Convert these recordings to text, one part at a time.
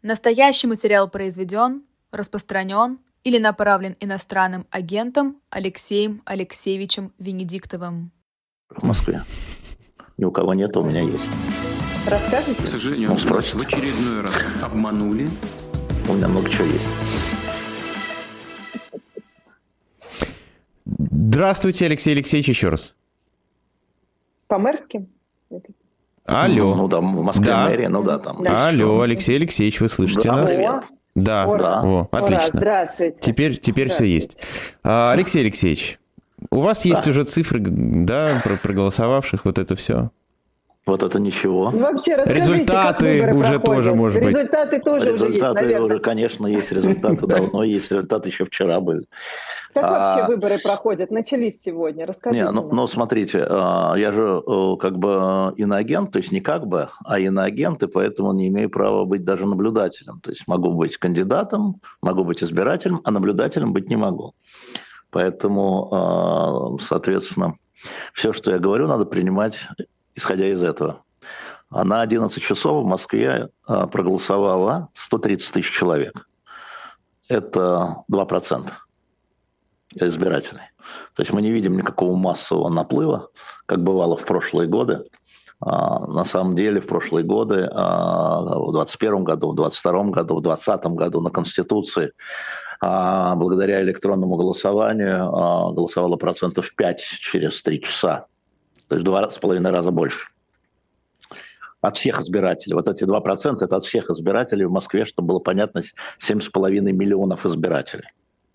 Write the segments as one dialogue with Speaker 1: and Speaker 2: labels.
Speaker 1: Настоящий материал произведен, распространен или направлен иностранным агентом Алексеем Алексеевичем Венедиктовым.
Speaker 2: В Москве. Ни у кого нет, а у меня есть.
Speaker 3: Расскажите?
Speaker 4: К сожалению, вас в очередной раз обманули.
Speaker 2: У меня много чего есть.
Speaker 5: Здравствуйте, Алексей Алексеевич, еще раз.
Speaker 3: По-мэрски?
Speaker 5: Алло.
Speaker 2: Ну да, в Москве
Speaker 5: Да.
Speaker 2: мэрия, ну да, там.
Speaker 3: Да.
Speaker 5: Алло, Алексей Алексеевич, вы слышите
Speaker 2: Да,
Speaker 5: нас?
Speaker 2: привет.
Speaker 5: Да,
Speaker 3: Ура.
Speaker 5: во,
Speaker 3: Ура,
Speaker 5: отлично.
Speaker 3: здравствуйте.
Speaker 5: Теперь все
Speaker 3: Здравствуйте.
Speaker 5: есть. Алексей Алексеевич, у вас есть уже цифры, да, проголосовавших, вот это все?
Speaker 2: Вот это ничего.
Speaker 3: Ну, вообще, расскажите,
Speaker 5: Результаты
Speaker 3: как выборы
Speaker 5: уже
Speaker 3: проходят.
Speaker 5: тоже, может быть.
Speaker 3: Результаты тоже уже есть,
Speaker 2: Результаты
Speaker 3: наверное.
Speaker 2: уже, конечно, есть результаты, давно есть результаты, еще вчера были.
Speaker 3: Как вообще выборы проходят? Начались сегодня. Расскажите
Speaker 2: Не, ну смотрите, я же как бы иноагент, то есть не как бы, а иноагент, и поэтому не имею права быть даже наблюдателем. То есть могу быть кандидатом, могу быть избирателем, а наблюдателем быть не могу. Поэтому, соответственно, все, что я говорю, надо принимать, исходя из этого. А на 11 часов в Москве проголосовало 130 тысяч человек. Это 2% избирателей. То есть мы не видим никакого массового наплыва, как бывало в прошлые годы. На самом деле в прошлые годы, в 2021 году, в 2022 году, в 2020 году на Конституции благодаря электронному голосованию голосовало 5% через 3 часа. То есть в 2,5 раза больше. От всех избирателей. Вот эти 2% это от всех избирателей в Москве, чтобы было понятно, 7,5 миллионов избирателей.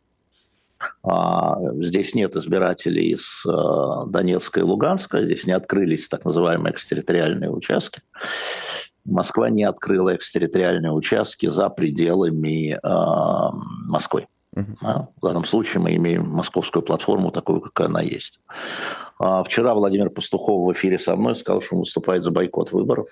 Speaker 2: Здесь нет избирателей из Донецка и Луганска, здесь не открылись так называемые экстерриториальные участки. Москва не открыла экстерриториальные участки за пределами Москвы. В данном случае мы имеем московскую платформу, такую, какая она есть. Вчера Владимир Пастухов в эфире со мной сказал, что он выступает за бойкот выборов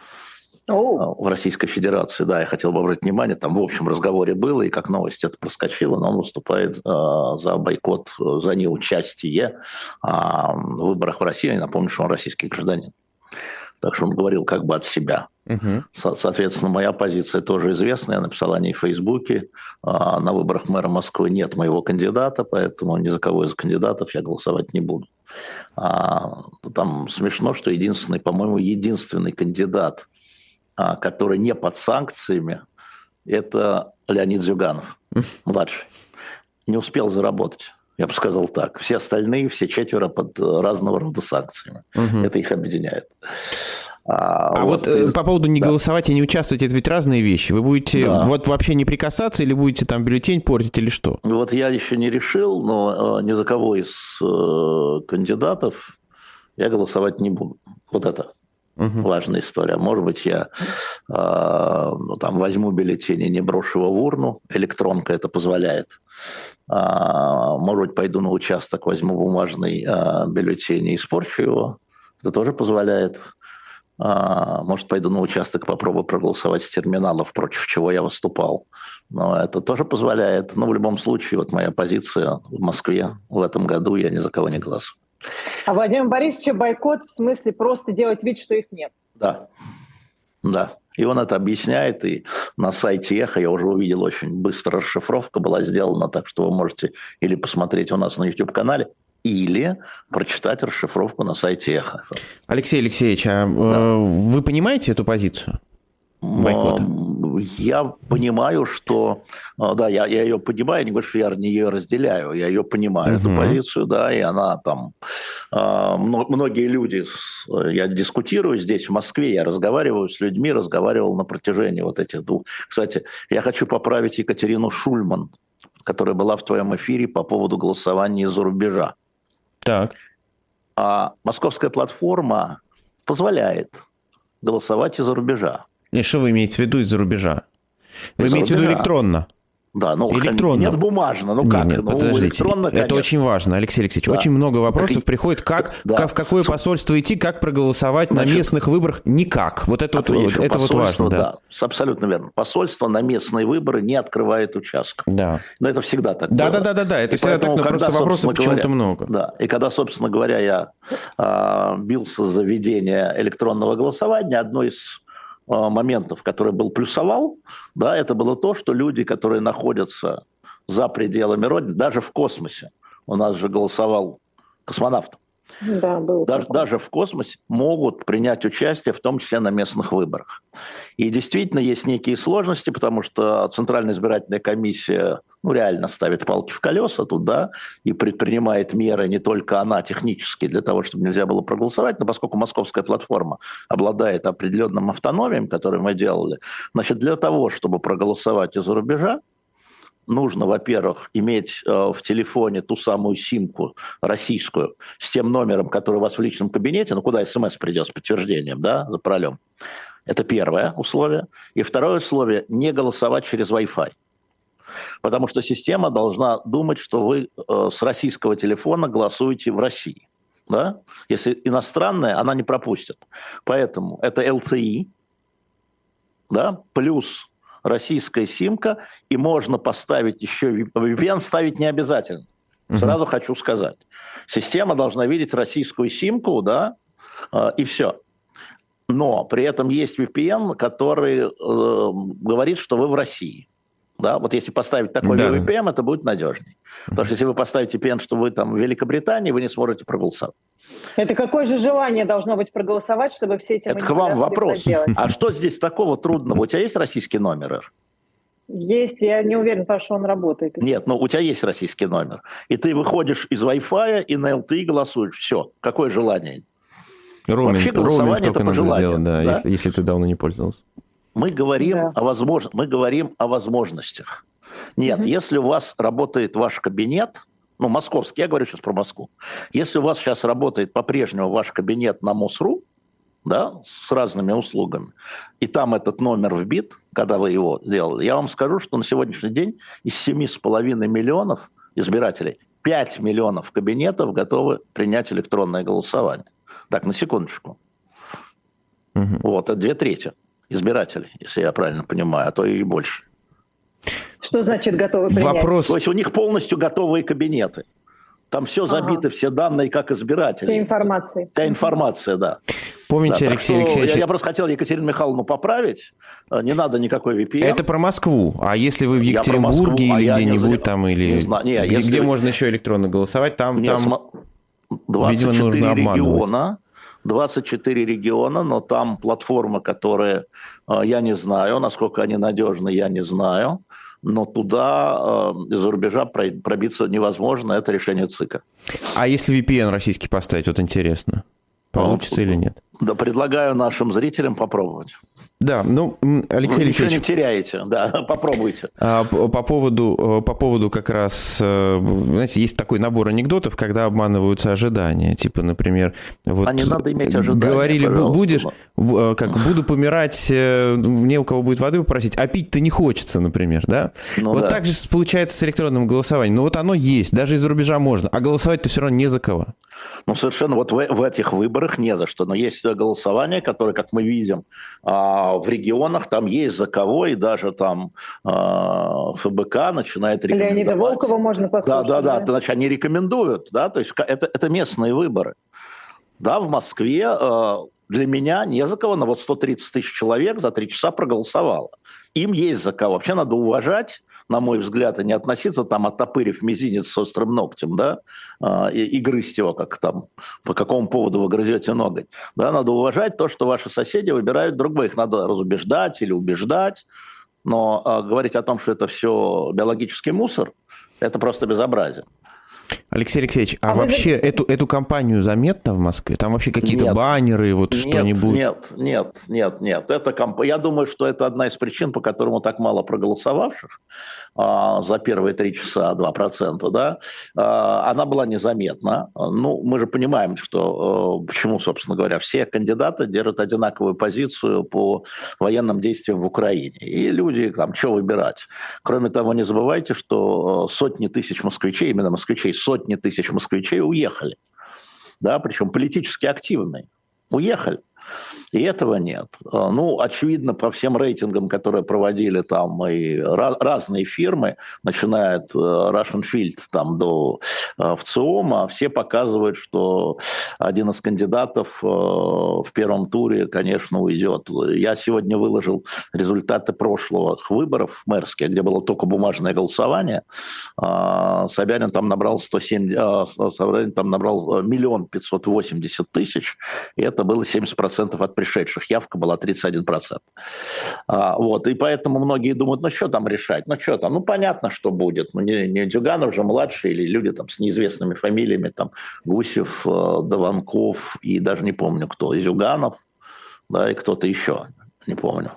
Speaker 2: в Российской Федерации. Да, я хотел бы обратить внимание, там в общем разговоре было, и как новость это проскочило, но он выступает за бойкот, за неучастие в выборах в России. Я напомню, что он российский гражданин. Так что он говорил как бы от себя. Соответственно, моя позиция тоже известна. Я написал о ней в Фейсбуке. На выборах мэра Москвы нет моего кандидата, поэтому ни за кого из кандидатов я голосовать не буду. Там смешно, что единственный, по-моему, единственный кандидат, который не под санкциями, это Леонид Зюганов, младший. Не успел заработать. Я бы сказал так. Все остальные, все 4 под разного рода санкциями. Это их объединяет.
Speaker 5: Вот по поводу не голосовать и не участвовать, это ведь разные вещи. Вы будете вот вообще не прикасаться или будете там бюллетень портить или что?
Speaker 2: Вот я еще не решил, но ни за кого из кандидатов я голосовать не буду. Вот это важная история. Может быть, я там возьму бюллетень и не брошу его в урну. Электронка это позволяет. Может быть, пойду на участок, возьму бумажный бюллетень и испорчу его. Это тоже позволяет. Может, пойду на участок, попробую проголосовать с терминалов, против чего я выступал. Но это тоже позволяет. Но в любом случае, вот моя позиция в Москве в этом году, я ни за кого не голосую.
Speaker 3: А Владимир Борисович бойкот в смысле просто делать вид, что их нет?
Speaker 2: Да. И он это объясняет, и на сайте Эхо я уже увидел, очень быстро расшифровка была сделана, так что вы можете или посмотреть у нас на YouTube-канале, или прочитать расшифровку на сайте Эхо.
Speaker 5: Алексей Алексеевич, вы понимаете эту позицию бойкота?
Speaker 2: Я понимаю, что... Да, я ее понимаю, не говорю, что я ее разделяю, я ее понимаю, эту позицию, да, и она там... Многие люди... Я дискутирую здесь, в Москве, я разговариваю с людьми, разговаривал на протяжении вот этих 2... Кстати, я хочу поправить Екатерину Шульман, которая была в твоем эфире по поводу голосования из-за рубежа.
Speaker 5: Так.
Speaker 2: Московская платформа позволяет голосовать из-за рубежа.
Speaker 5: И что вы имеете в виду из-за рубежа? Вы имеете в виду электронно?
Speaker 2: Да, ну
Speaker 5: электронно.
Speaker 2: Нет, бумажно. Ну как?
Speaker 5: Нет, подождите. Это очень важно, Алексей Алексеевич. Да. Очень много вопросов приходит, в какое посольство идти, как проголосовать на местных выборах. Никак. Вот это вот важно.
Speaker 2: Да, абсолютно верно. Посольство на местные выборы не открывает участок.
Speaker 5: Да.
Speaker 2: Но это всегда так.
Speaker 5: Да. Это всегда так, но просто вопросов почему-то много.
Speaker 2: Да. И когда, собственно говоря, я бился за введение электронного голосования, одно из моментов, который был плюсовал, да, это было то, что люди, которые находятся за пределами Родины, даже в космосе, у нас же голосовал космонавт,
Speaker 3: да,
Speaker 2: даже в космосе могут принять участие, в том числе на местных выборах. И действительно есть некие сложности, потому что Центральная избирательная комиссия реально ставит палки в колеса туда и предпринимает меры не только она технически для того, чтобы нельзя было проголосовать, но поскольку московская платформа обладает определенным автономией, которую мы делали, значит, для того, чтобы проголосовать из-за рубежа, нужно, во-первых, иметь в телефоне ту самую симку российскую с тем номером, который у вас в личном кабинете, куда смс придет с подтверждением, да, за паролем. Это первое условие. И второе условие – не голосовать через Wi-Fi. Потому что система должна думать, что вы с российского телефона голосуете в России. Да? Если иностранная, она не пропустит. Поэтому это LTE, да, плюс российская симка, и можно поставить еще VPN, ставить не обязательно. Сразу хочу сказать. Система должна видеть российскую симку, да, и все. Но при этом есть VPN, который говорит, что вы в России. Да? Вот если поставить такой VPN, это будет надежней. Потому что если вы поставите VPN, что вы там в Великобритании, вы не сможете проголосовать.
Speaker 3: Это какое же желание должно быть проголосовать, чтобы все эти...
Speaker 2: Это к вам вопрос. А что здесь такого трудного? У тебя есть российский номер?
Speaker 3: Есть, я не уверен, что он работает.
Speaker 2: Нет, но у тебя есть российский номер. И ты выходишь из Wi-Fi и на LTE голосуешь. Все. Какое желание?
Speaker 5: Роуминг только надо сделать, да? Если ты давно не пользовался.
Speaker 2: Мы говорим о возможностях. Нет, если у вас работает ваш кабинет, московский, я говорю сейчас про Москву, если у вас сейчас работает по-прежнему ваш кабинет на МОСРУ, да, с разными услугами, и там этот номер вбит, когда вы его сделали, я вам скажу, что на сегодняшний день из 7,5 миллионов избирателей 5 миллионов кабинетов готовы принять электронное голосование. Так, на секундочку. Вот, это 2/3 избирателей, если я правильно понимаю, а то и больше.
Speaker 3: Что значит готовы принять?
Speaker 2: То есть у них полностью готовые кабинеты. Там все забито, все данные как избиратели.
Speaker 3: Вся информация.
Speaker 2: Вся информация, да.
Speaker 5: Помните, да, Алексей Алексеевич...
Speaker 2: Я просто хотел Екатерину Михайловну поправить. Не надо никакой VPN.
Speaker 5: Это про Москву. А если вы в Екатеринбурге или где-нибудь там, или где можно еще электронно голосовать, там видимо, нужно обманывать.
Speaker 2: 24 региона, но там платформа, которая, я не знаю, насколько они надежны, я не знаю, но туда из-за рубежа пробиться невозможно, это решение ЦИКа.
Speaker 5: А если VPN российский поставить, вот интересно, получится или нет?
Speaker 2: Да, предлагаю нашим зрителям попробовать.
Speaker 5: Да, Алексей Алексеевич...
Speaker 2: Ничего не теряете, да, попробуйте.
Speaker 5: По поводу как раз, знаете, есть такой набор анекдотов, когда обманываются ожидания. Типа, например, вот...
Speaker 2: А не надо иметь ожидания,
Speaker 5: говорили, буду помирать, не у кого будет воды попросить, а пить-то не хочется, например, да? Так же получается с электронным голосованием. Вот оно есть, даже из-за рубежа можно, а голосовать-то все равно не за кого.
Speaker 2: Совершенно, вот в этих выборах не за что. Но есть голосование, которое, как мы видим, в регионах там есть за кого, и даже там ФБК начинает рекомендовать.
Speaker 3: Леонида Волкова можно послушать.
Speaker 2: Да, значит, они рекомендуют, да, то есть это местные выборы. Да, в Москве для меня не за кого, но вот 130 тысяч человек за 3 часа проголосовало. Им есть за кого. Вообще надо уважать, на мой взгляд, и не относиться там, оттопырив мизинец с острым ногтем, да, и грызть его, как там, по какому поводу вы грызете ноготь. Да, надо уважать то, что ваши соседи выбирают друг друга. Их надо разубеждать или убеждать, но говорить о том, что это все биологический мусор, это просто безобразие.
Speaker 5: Алексей Алексеевич, вообще эту кампанию заметно в Москве? Там вообще какие-то баннеры, что-нибудь?
Speaker 2: Нет. Я думаю, что это одна из причин, по которому так мало проголосовавших за первые 3 часа, 2%, да, она была незаметна. Мы же понимаем, что почему, собственно говоря, все кандидаты держат одинаковую позицию по военным действиям в Украине. И люди, что выбирать? Кроме того, не забывайте, что сотни тысяч москвичей, именно москвичей, сотни тысяч москвичей уехали, да, причем политически активные, уехали. И этого нет. Ну, очевидно, по всем рейтингам, которые проводили там и разные фирмы, начиная от Russian Field там, до ВЦИОМа, все показывают, что один из кандидатов в первом туре, конечно, уйдет. Я сегодня выложил результаты прошлых выборов мэрских, где было только бумажное голосование. Собянин там набрал 1 580 000, и это было 70% от пришедших. Явка была 31%. Вот. И поэтому многие думают, ну что там решать? Ну что там? Ну понятно, что будет. Ну не Зюганов же младший или люди там с неизвестными фамилиями, там Гусев, Дованков и даже не помню кто, Зюганов, да, и кто-то еще, не помню.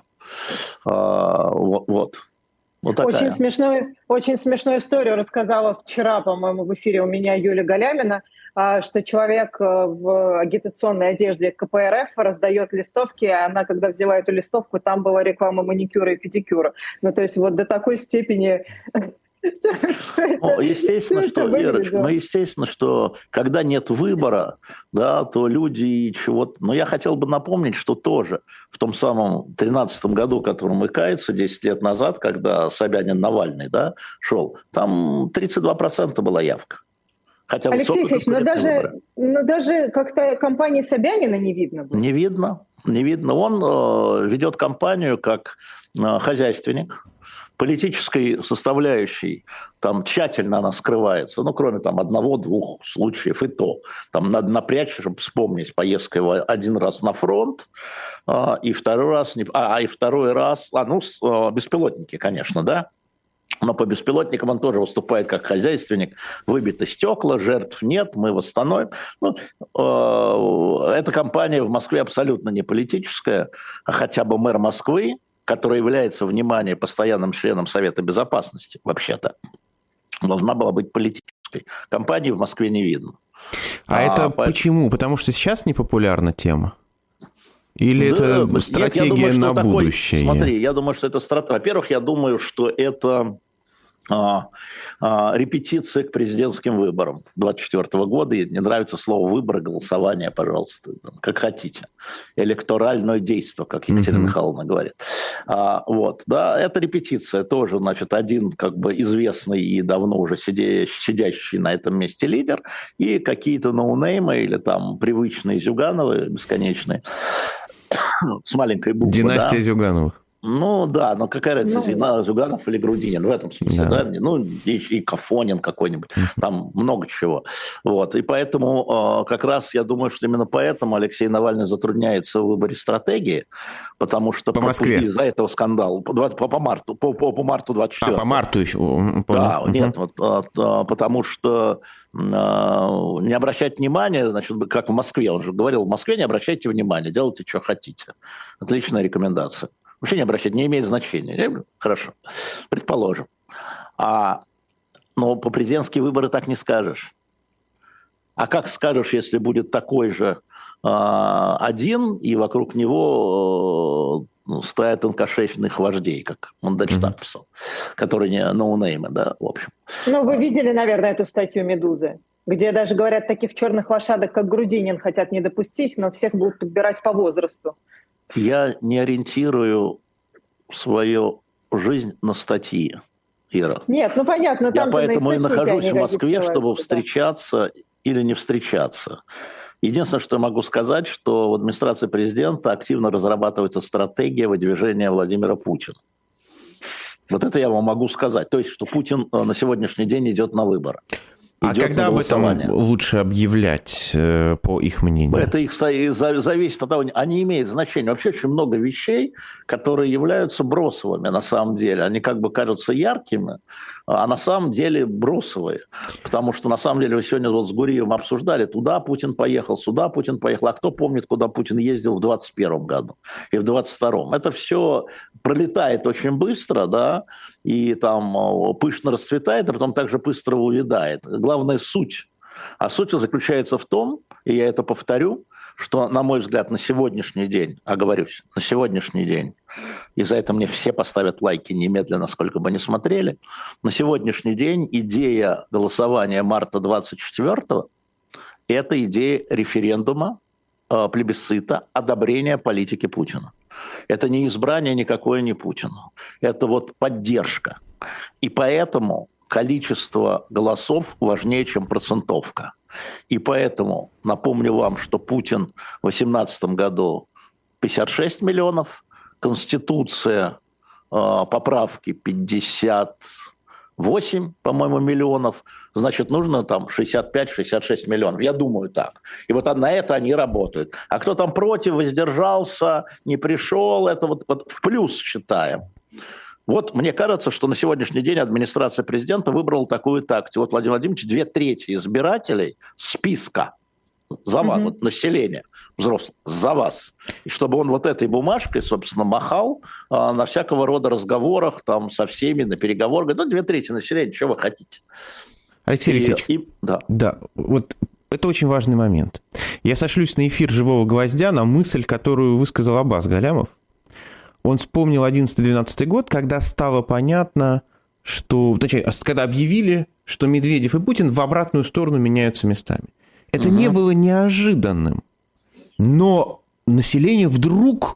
Speaker 2: Вот. Вот
Speaker 3: очень смешную историю рассказала вчера, по-моему, в эфире у меня Юлия Галямина, что человек в агитационной одежде КПРФ раздает листовки, а она, когда взяла эту листовку, там была реклама маникюра и педикюра. Ну, то есть вот до такой степени...
Speaker 2: Естественно, что когда нет выбора, да, то люди чего-то... Но я хотел бы напомнить, что тоже в том самом 2013 году, которому и кается, 10 лет назад, когда Собянин-Навальный, да, шел, там 32% была явка. Хотя
Speaker 3: Алексей Алексеевич, но даже как-то кампании Собянина не видно было.
Speaker 2: Не видно. Он ведет кампанию как хозяйственник. Политической составляющей там тщательно она скрывается, ну, кроме там 1-2 случаев, и то. Там надо напрячь, чтобы вспомнить поездку один раз на фронт, и второй раз, беспилотники, конечно, да, но по беспилотникам он тоже выступает как хозяйственник. Выбиты стекла, жертв нет, мы восстановим. Ну, эта кампания в Москве абсолютно не политическая, а хотя бы мэр Москвы, который является, внимание, постоянным членом Совета Безопасности, вообще-то, должна была быть политической. Кампании в Москве не видно.
Speaker 5: Почему? Потому что сейчас не популярна тема? Или это стратегия на будущее?
Speaker 2: Смотри, я думаю, что это стратегия. Во-первых, я думаю, что это репетиция к президентским выборам 2024 года. И не нравится слово «выборы», «голосование», пожалуйста, как хотите. Электоральное действие, как Екатерина Михайловна говорит. Вот, да, это репетиция тоже, значит, один как бы известный и давно уже сидящий на этом месте лидер и какие-то ноунеймы или там привычные Зюгановы бесконечные с маленькой буквы.
Speaker 5: Династия Зюгановых.
Speaker 2: Ну да, но какая разница, Зюганов или Грудинин в этом смысле, да? Ну и Кафонин какой-нибудь, там много чего. Вот, и поэтому как раз я думаю, что именно поэтому Алексей Навальный затрудняется в выборе стратегии, потому что
Speaker 5: по Москве
Speaker 2: из-за этого скандала, по марту 24.
Speaker 5: По марту еще.
Speaker 2: Да, нет, потому что не обращать внимания, значит, как в Москве, он же говорил, в Москве не обращайте внимания, делайте, что хотите. Отличная рекомендация. Вообще не обращать, не имеет значения. Хорошо, предположим. Но по президентские выборы так не скажешь. А как скажешь, если будет такой же один, и вокруг него стая тонкошерстных вождей, как Мандельштам писал, которые не ноунеймы, да, в общем.
Speaker 3: Ну, вы видели, наверное, эту статью «Медузы», где даже, говорят, таких черных лошадок, как Грудинин, хотят не допустить, но всех будут подбирать по возрасту.
Speaker 2: Я не ориентирую свою жизнь на статьи, Ира.
Speaker 3: Нет, ну понятно.
Speaker 2: Я поэтому и нахожусь в Москве, чтобы встречаться или не встречаться. Единственное, что я могу сказать, что в администрации президента активно разрабатывается стратегия выдвижения Владимира Путина. Вот это я вам могу сказать. То есть, что Путин на сегодняшний день идет на выборы.
Speaker 5: А когда об этом лучше объявлять, по их мнению?
Speaker 2: Это их зависит от того, они имеют значение. Вообще очень много вещей, которые являются бросовыми на самом деле. Они как бы кажутся яркими, а на самом деле бросовые. Потому что на самом деле вы сегодня вот с Гуриевым обсуждали, туда Путин поехал, сюда Путин поехал. А кто помнит, куда Путин ездил в 2021 году и в 2022? Это все пролетает очень быстро, да, и там пышно расцветает, а потом также быстро увядает. Главная суть. А суть заключается в том, и я это повторю, что, на мой взгляд, на сегодняшний день, оговорюсь, на сегодняшний день, и за это мне все поставят лайки немедленно, сколько бы ни смотрели, на сегодняшний день идея голосования марта 24-го – это идея референдума плебисцита одобрения политики Путина. Это не избрание никакое не Путину. Это вот поддержка. И поэтому количество голосов важнее, чем процентовка. И поэтому напомню вам, что Путин в 2018 году 56 миллионов, Конституция, поправки 58, по-моему, миллионов, значит, нужно там 65-66 миллионов. Я думаю так. И вот на это они работают. А кто там против, воздержался, не пришел, это вот в плюс считаем. Вот мне кажется, что на сегодняшний день администрация президента выбрала такую тактику. Вот Владимир Владимирович 2/3 избирателей списка за вас, вот, население взрослых, за вас. И чтобы он вот этой бумажкой, собственно, махал на всякого рода разговорах там, со всеми, на переговорах. Ну, 2/3 населения, что вы хотите?
Speaker 5: Алексей Алексеевич, да, вот это очень важный момент. Я сошлюсь на эфир «Живого гвоздя», на мысль, которую высказал Аббас Галямов. Он вспомнил 11-12 год, когда стало понятно, что... Точнее, когда объявили, что Медведев и Путин в обратную сторону меняются местами. Это не было неожиданным. Но население вдруг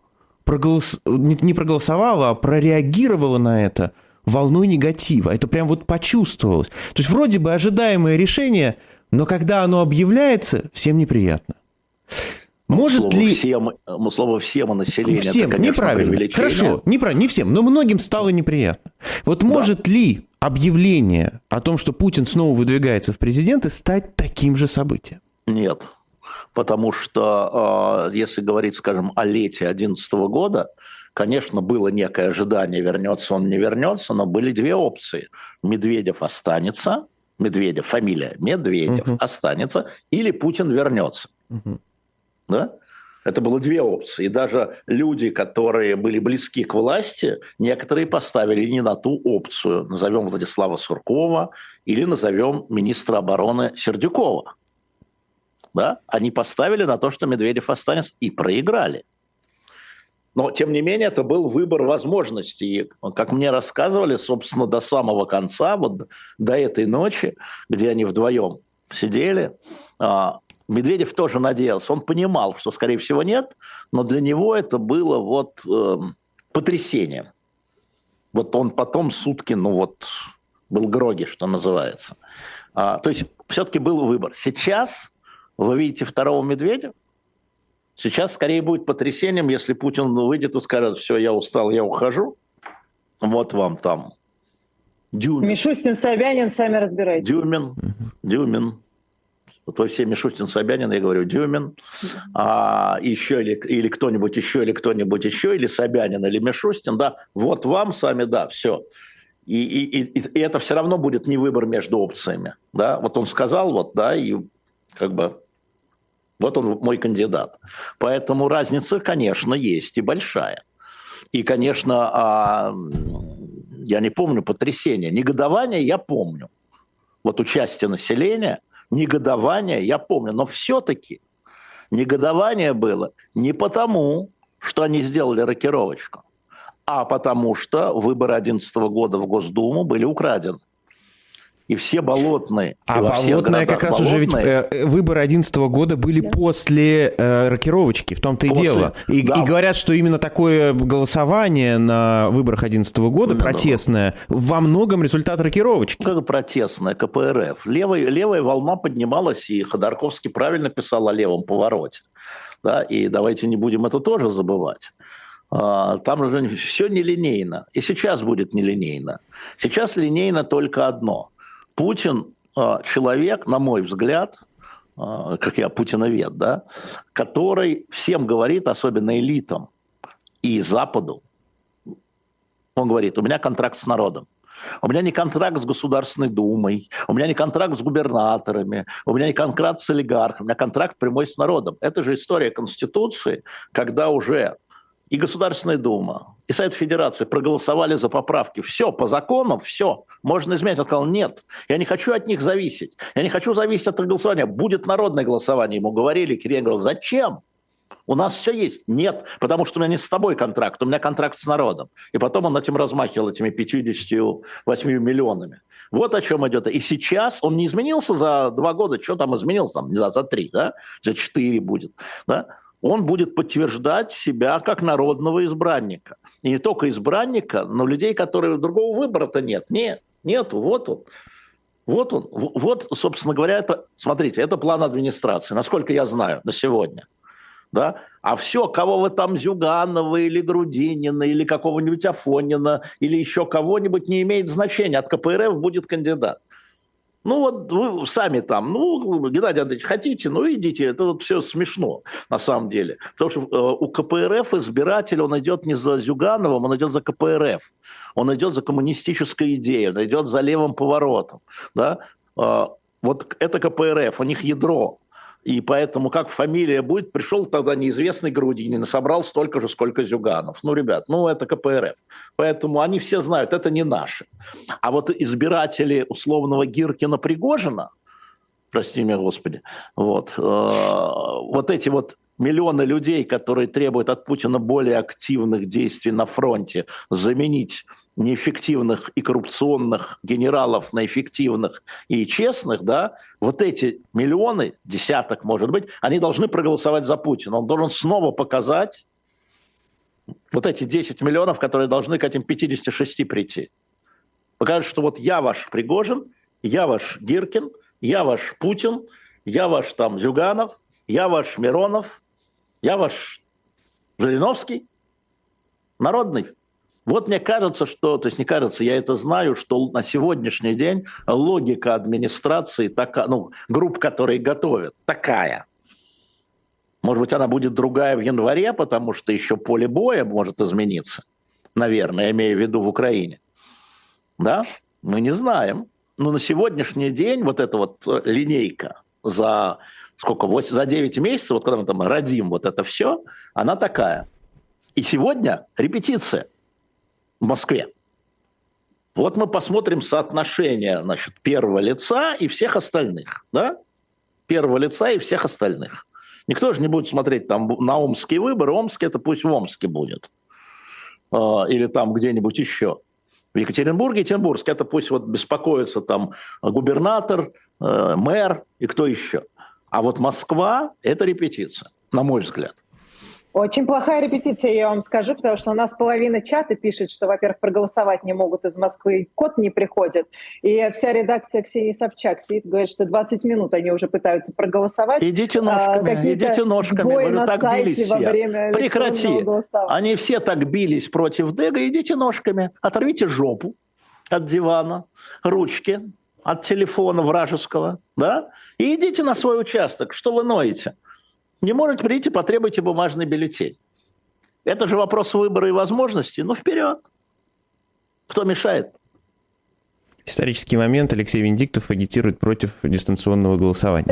Speaker 5: не проголосовало, а прореагировало на это волной негатива. Это прям вот почувствовалось. То есть вроде бы ожидаемое решение, но когда оно объявляется, всем неприятно. Может ли...
Speaker 2: Слово «всем» и население.
Speaker 5: Всем, это, конечно, неправильно. Хорошо, неправильно, не всем, но многим стало неприятно. Вот может ли объявление о том, что Путин снова выдвигается в президенты, стать таким же событием?
Speaker 2: Нет. Потому что, если говорить, скажем, о лете 2011 года, конечно, было некое ожидание, вернется он, не вернется, но были две опции. Медведев останется, Медведев, фамилия Медведев останется, или Путин вернется. Да? Это было две опции. И даже люди, которые были близки к власти, некоторые поставили не на ту опцию. Назовем Владислава Суркова или назовем министра обороны Сердюкова. Да? Они поставили на то, что Медведев останется, и проиграли. Но, тем не менее, это был выбор возможностей. И, как мне рассказывали, собственно, до самого конца, вот до этой ночи, где они вдвоем сидели, Медведев тоже надеялся. Он понимал, что, скорее всего, нет, но для него это было вот потрясением. Вот он потом сутки, был гроги, что называется. То есть все-таки был выбор. Сейчас вы видите второго Медведева. Сейчас скорее будет потрясением, если Путин выйдет и скажет: все, я устал, я ухожу. Вот вам там Дюмин.
Speaker 3: Мишустин, Собянин, сами разбирайтесь.
Speaker 2: Дюмин. Вот вы все Мишустин, Собянин, я говорю Дюмин, еще или кто-нибудь еще, или Собянин, или Мишустин, да, вот вам сами, да, все. И это все равно будет не выбор между опциями, да, вот он сказал, вот, да, и как бы вот он мой кандидат. Поэтому разница, конечно, есть и большая. И, конечно, я не помню потрясения, негодование я помню, вот участие населения. Негодование, я помню, но все-таки негодование было не потому, что они сделали рокировочку, а потому что выборы 2011 года в Госдуму были украдены. И все болотные.
Speaker 5: А болотные как раз уже ведь выборы 2011 года были после рокировочки, в том-то и дело. И говорят, что именно такое голосование на выборах 2011 года, протестное, во многом результат рокировочки.
Speaker 2: Как протестное, КПРФ. Левая волна поднималась, и Ходорковский правильно писал о левом повороте. Да? И давайте не будем это тоже забывать. Там уже все нелинейно. И сейчас будет нелинейно. Сейчас линейно только одно. Путин человек, на мой взгляд, как я путиновед, да, который всем говорит, особенно элитам и Западу, он говорит: у меня контракт с народом. У меня не контракт с Государственной Думой, у меня не контракт с губернаторами, у меня не контракт с олигархами, у меня контракт прямой с народом. Это же история Конституции, когда уже и Государственная Дума, и Совет Федерации проголосовали за поправки. Все, по закону, все. Можно изменить. Он сказал: нет, я не хочу от них зависеть. Я не хочу зависеть от их голосования. Будет народное голосование. Ему говорили, Кириенко говорил: зачем? У нас все есть. Нет, потому что у меня не с тобой контракт, у меня контракт с народом. И потом он этим размахивал, этими 58 миллионами. Вот о чем идет. И сейчас он не изменился за 2 года. Что там изменился? Там, не знаю, за 3, да? За 4 будет. Да? он будет подтверждать себя как народного избранника. И не только избранника, но людей, которые другого выбора-то нет. Нету, вот он. Вот, собственно говоря, это, смотрите, это план администрации, насколько я знаю, на сегодня. Да? А все, кого вы там, Зюганова или Грудинина, или какого-нибудь Афонина, или еще кого-нибудь, не имеет значения. От КПРФ будет кандидат. Ну вот вы сами там, Геннадий Андреевич, хотите, идите, это вот все смешно на самом деле. Потому что у КПРФ избиратель, он идет не за Зюгановым, он идет за КПРФ. Он идет за коммунистической идеей, он идет за левым поворотом. Да? Вот это КПРФ, у них ядро. И поэтому, как фамилия будет, пришел тогда неизвестный Грудинин и собрал столько же, сколько Зюганов. Ребят, это КПРФ. Поэтому они все знают, это не наши. А вот избиратели условного Гиркина-Пригожина, прости меня, Господи, вот эти вот миллионы людей, которые требуют от Путина более активных действий на фронте, заменить неэффективных и коррупционных генералов на эффективных и честных, да, вот эти миллионы, десяток, может быть, они должны проголосовать за Путина. Он должен снова показать вот эти 10 миллионов, которые должны к этим 56 прийти. Покажут, что вот я ваш Пригожин, я ваш Гиркин, я ваш Путин, я ваш там Зюганов, я ваш Миронов, я ваш Жириновский, народный. Вот мне кажется, что, то есть не кажется, я это знаю, что на сегодняшний день логика администрации, групп, которые готовят, такая. Может быть, она будет другая в январе, потому что еще поле боя может измениться. Наверное, я имею в виду в Украине. Да? Мы не знаем. Но на сегодняшний день вот эта вот линейка за 9 месяцев, вот когда мы там родим вот это все, она такая. И сегодня репетиция в Москве. Вот мы посмотрим соотношение, значит, первого лица и всех остальных. Да? Первого лица и всех остальных. Никто же не будет смотреть там на омские выборы. Омский, это пусть в Омске будет. Или там где-нибудь еще. В Екатеринбурге, это пусть вот беспокоится там губернатор, мэр и кто еще. А вот Москва – это репетиция, на мой взгляд.
Speaker 3: Очень плохая репетиция, я вам скажу, потому что у нас половина чата пишет, что, во-первых, проголосовать не могут из Москвы, код не приходит. И вся редакция Ксении Собчак сидит, говорит, что 20 минут они уже пытаются проголосовать.
Speaker 2: Идите ножками, вы же так бились все. Прекрати. Они все так бились против Дега, идите ножками. Оторвите жопу от дивана, ручки от телефона вражеского, да, и идите на свой участок. Что вы ноете? Не можете прийти, потребуйте бумажный бюллетень. Это же вопрос выбора и возможностей. Вперед. Кто мешает?
Speaker 5: Исторический момент. Алексей Венедиктов агитирует против дистанционного голосования.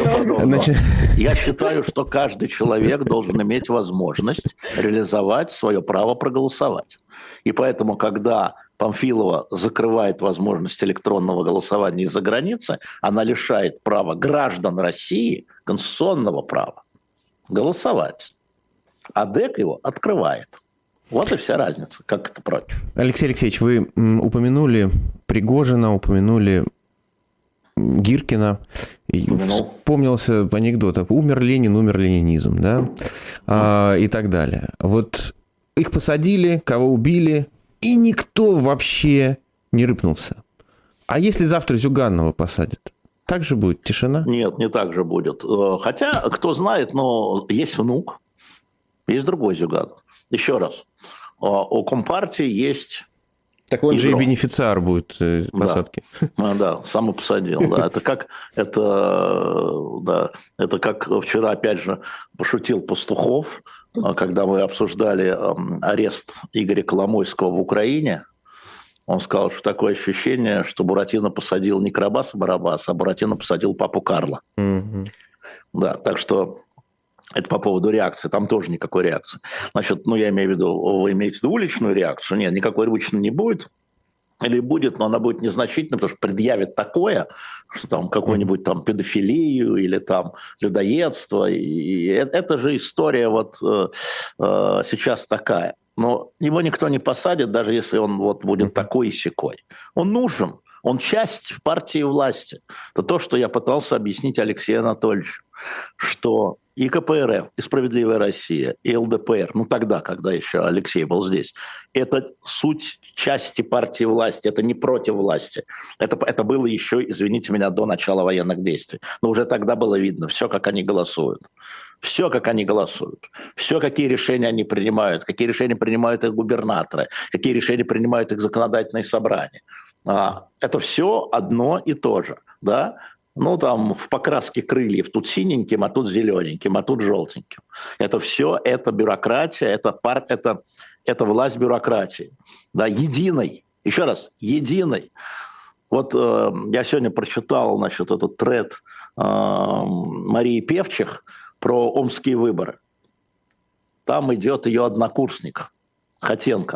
Speaker 2: Я считаю, что каждый человек должен иметь возможность реализовать свое право проголосовать. И поэтому, когда Памфилова закрывает возможность электронного голосования из-за границы, она лишает права граждан России, конституционного права, голосовать. А ДЭК его открывает. Вот и вся разница. Как это против?
Speaker 5: Алексей Алексеевич, вы упомянули Пригожина, упомянули Гиркина. Вспомнился анекдот. Умер Ленин, умер ленинизм. Да? И так далее. Вот их посадили, кого убили, и никто вообще не рыпнулся. А если завтра Зюганова посадят? Так же будет тишина?
Speaker 2: Нет, не так же будет. Хотя, кто знает, но есть внук, есть другой Зюганов. Еще раз. У Компартии есть...
Speaker 5: Так он же и бенефициар будет посадки.
Speaker 2: Да, сам и посадил. Да. Это как вчера, опять же, пошутил Пастухов, когда мы обсуждали арест Игоря Коломойского в Украине. Он сказал, что такое ощущение, что Буратино посадил не Карабаса-Барабаса, а Буратино посадил папу Карла. Mm-hmm. Да, так что это по поводу реакции. Там тоже никакой реакции. Значит, я имею в виду, вы имеете в виду уличную реакцию? Нет, никакой уличной не будет. Или будет, но она будет незначительной, потому что предъявит такое, что там какую-нибудь там педофилию или там людоедство. И это же история вот сейчас такая. Но его никто не посадит, даже если он вот будет такой и сякой. Он нужен, он часть партии власти. Это то, что я пытался объяснить Алексею Анатольевичу. что и КПРФ, и «Справедливая Россия», и ЛДПР, ну тогда, когда еще Алексей был здесь, это суть части партии власти, это не против власти. Это было еще, извините меня, до начала военных действий. Но уже тогда было видно все, как они голосуют. Все, как они голосуют. Все, какие решения они принимают, какие решения принимают их губернаторы, какие решения принимают их законодательные собрания. Это все одно и то же, да? Ну, там в покраске крыльев тут синеньким, а тут зелененьким, а тут желтеньким. Это все, это бюрократия, это власть бюрократии. Да, единой, еще раз, единой. Вот я сегодня прочитал, значит, этот тред Марии Певчих про омские выборы. Там идет ее однокурсник Хотенко.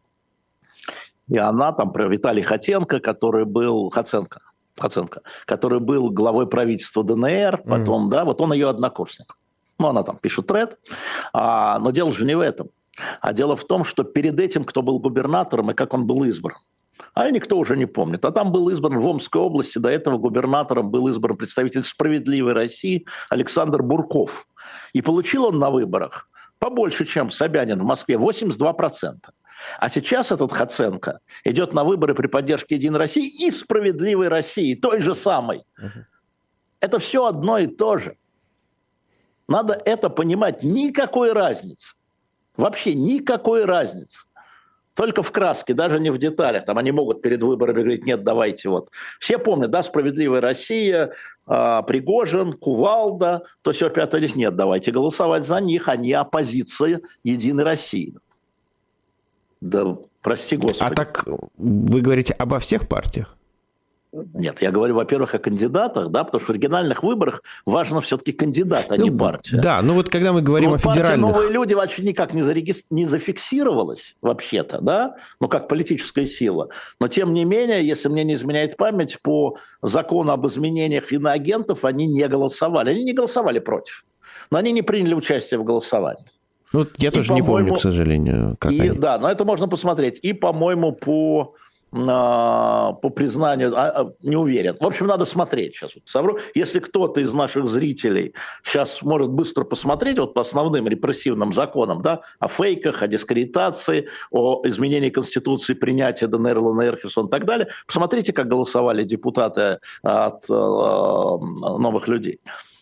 Speaker 2: И она там про Виталий Хотенко, который был... Хоценко, который был главой правительства ДНР, потом, да, вот он ее однокурсник. Ну, она там пишет тред, но дело же не в этом. А дело в том, что перед этим, кто был губернатором и как он был избран, никто уже не помнит. А там был избран в Омской области, до этого губернатором был избран представитель «Справедливой России» Александр Бурков. И получил он на выборах побольше, чем Собянин в Москве, 82%. А сейчас этот Хоценко идет на выборы при поддержке «Единой России» и «Справедливой России», той же самой. Это все одно и то же. Надо это понимать. Никакой разницы. Вообще никакой разницы. Только в краске, даже не в деталях. Там они могут перед выборами говорить: нет, давайте вот. Все помнят, да, «Справедливая Россия», Пригожин, Кувалда, то все пятое здесь. Нет, давайте голосовать за них, они оппозиция «Единой России». Да, прости Господи.
Speaker 5: А так вы говорите обо всех партиях?
Speaker 2: Нет, я говорю, во-первых, о кандидатах, да, потому что в региональных выборах важно все-таки кандидат, а не партия.
Speaker 5: Да, ну вот когда мы говорим о федеральных...
Speaker 2: Партия «Новые люди» вообще никак не зафиксировалась вообще-то, да, ну как политическая сила. Но тем не менее, если мне не изменяет память, по закону об изменениях иноагентов они не голосовали. Они не голосовали против, но они не приняли участие в голосовании.
Speaker 5: Ну, я тоже не помню, к сожалению, как они.
Speaker 2: Да, но это можно посмотреть. И, по-моему, по признанию, не уверен. В общем, надо смотреть сейчас. Если кто-то из наших зрителей сейчас может быстро посмотреть вот по основным репрессивным законам, да, о фейках, о дискредитации, о изменении Конституции, принятии ДНР, ЛНР, Херсон и так далее, посмотрите, как голосовали депутаты от новых людей.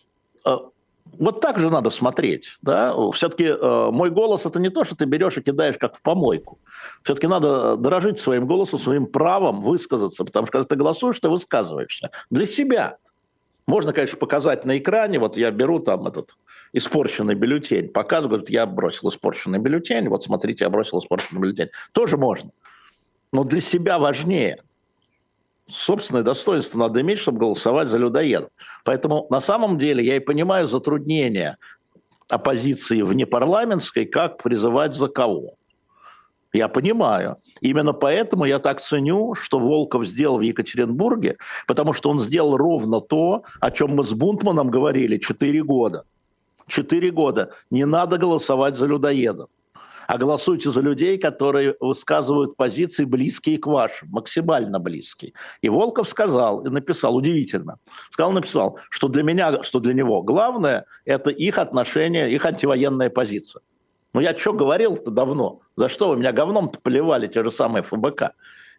Speaker 2: Вот так же надо смотреть. Да? Все-таки мой голос – это не то, что ты берешь и кидаешь как в помойку. Все-таки надо дорожить своим голосом, своим правом высказаться, потому что когда ты голосуешь, ты высказываешься для себя. Можно, конечно, показать на экране, вот я беру там этот испорченный бюллетень, показываю, говорит, я бросил испорченный бюллетень, вот смотрите, я бросил испорченный бюллетень. Тоже можно. Но для себя важнее. Собственное достоинство надо иметь, чтобы голосовать за людоедов. Поэтому на самом деле я и понимаю затруднения оппозиции внепарламентской, как призывать за кого. Я понимаю. Именно поэтому я так ценю, что Волков сделал в Екатеринбурге, потому что он сделал ровно то, о чем мы с Бунтманом говорили 4 года. 4 года. Не надо голосовать за людоедов. А голосуйте за людей, которые высказывают позиции, близкие к вашим, максимально близкие. И Волков сказал и написал, удивительно, написал, что для меня, что для него главное – это их отношение, их антивоенная позиция. Ну я что говорил-то давно? За что вы меня говном-то поливали, те же самые ФБК?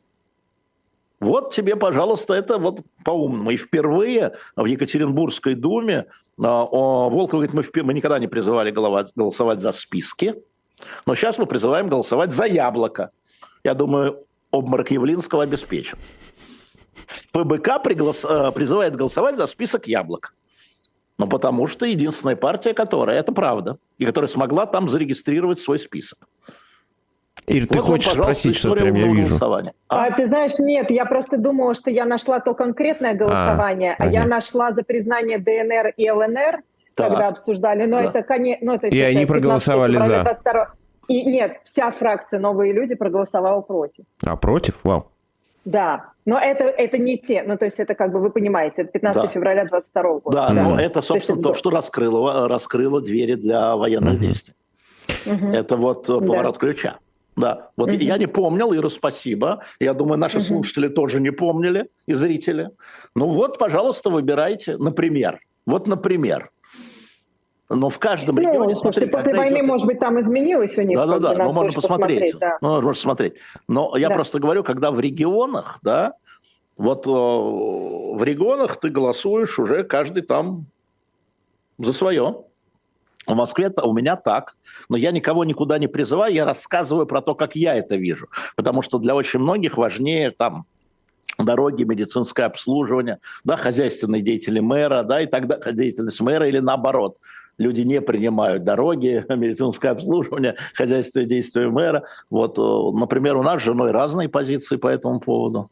Speaker 2: Вот тебе, пожалуйста, это вот по-умному. И впервые в Екатеринбургской думе Волков говорит, мы никогда не призывали голосовать за списки, но сейчас мы призываем голосовать за яблоко. Я думаю, обморок Явлинского обеспечен. ФБК призывает голосовать за список яблок. Ну, потому что единственная партия, которая, это правда, и которая смогла там зарегистрировать свой список.
Speaker 5: Ир, ты хочешь спросить, что прям я вижу?
Speaker 3: Ты знаешь, нет, я просто думала, что я нашла то конкретное голосование, я нашла за признание ДНР и ЛНР, когда обсуждали, но это конечно...
Speaker 5: И они проголосовали за.
Speaker 3: И нет, вся фракция «Новые люди» проголосовала против.
Speaker 5: А против? Вау.
Speaker 3: Да, но это не те, ну то есть это как бы вы понимаете, это 15 февраля 2022 года.
Speaker 2: Да, но это, собственно, то, что раскрыло двери для военных действий. Это вот поворот ключа. Да, вот я не помнил, Ира, спасибо. Я думаю, наши слушатели тоже не помнили, и зрители. Ну вот, пожалуйста, выбирайте, например. Вот, например, Но в каждом регионе...
Speaker 3: Слушайте, после войны, может быть, там изменилось у них.
Speaker 2: Да, но можно посмотреть. Да. Можно смотреть. Но я просто говорю, когда в регионах, да, вот в регионах ты голосуешь уже каждый там за свое. В Москве у меня так, но я никого никуда не призываю, я рассказываю про то, как я это вижу, потому что для очень многих важнее там дороги, медицинское обслуживание, да, хозяйственные деятели мэра, да, и тогда деятельность мэра или наоборот. Люди не принимают дороги, медицинское обслуживание, хозяйственные действия мэра. Вот, например, у нас с женой разные позиции по этому поводу.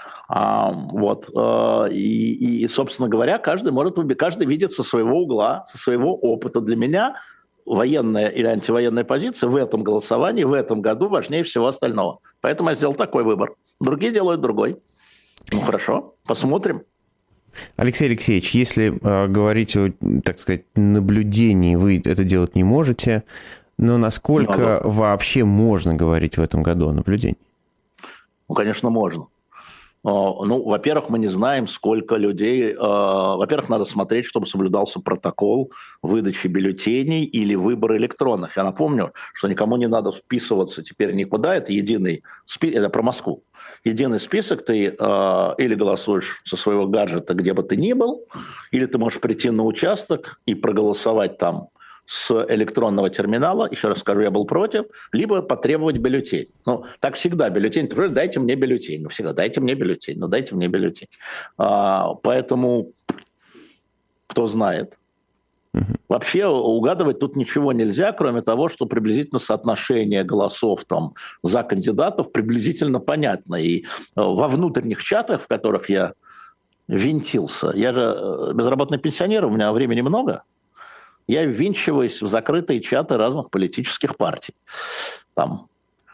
Speaker 2: И, собственно говоря, каждый видит со своего угла, со своего опыта. Для меня военная или антивоенная позиция в этом голосовании, в этом году важнее всего остального. Поэтому я сделал такой выбор. Другие делают другой. Ну хорошо, посмотрим.
Speaker 5: Алексей Алексеевич, если говорить о, так сказать, наблюдении, вы это делать не можете, но насколько вообще можно говорить в этом году о наблюдении?
Speaker 2: Ну, конечно, можно. Ну, во-первых, мы не знаем, сколько людей... Во-первых, надо смотреть, чтобы соблюдался протокол выдачи бюллетеней или выбора электронных. Я напомню, что никому не надо вписываться теперь никуда. Это единый список, это про Москву. Единый список, ты или голосуешь со своего гаджета, где бы ты ни был, или ты можешь прийти на участок и проголосовать там с электронного терминала, еще раз скажу, я был против, либо потребовать бюллетень. Ну, так всегда, бюллетень, ты говоришь, дайте мне бюллетень. Ну, всегда, дайте мне бюллетень, дайте мне бюллетень. Поэтому, кто знает. Вообще угадывать тут ничего нельзя, кроме того, что приблизительно соотношение голосов там, за кандидатов приблизительно понятно. И во внутренних чатах, в которых я винтился, я же безработный пенсионер, у меня времени много, я ввинчиваюсь в закрытые чаты разных политических партий, там,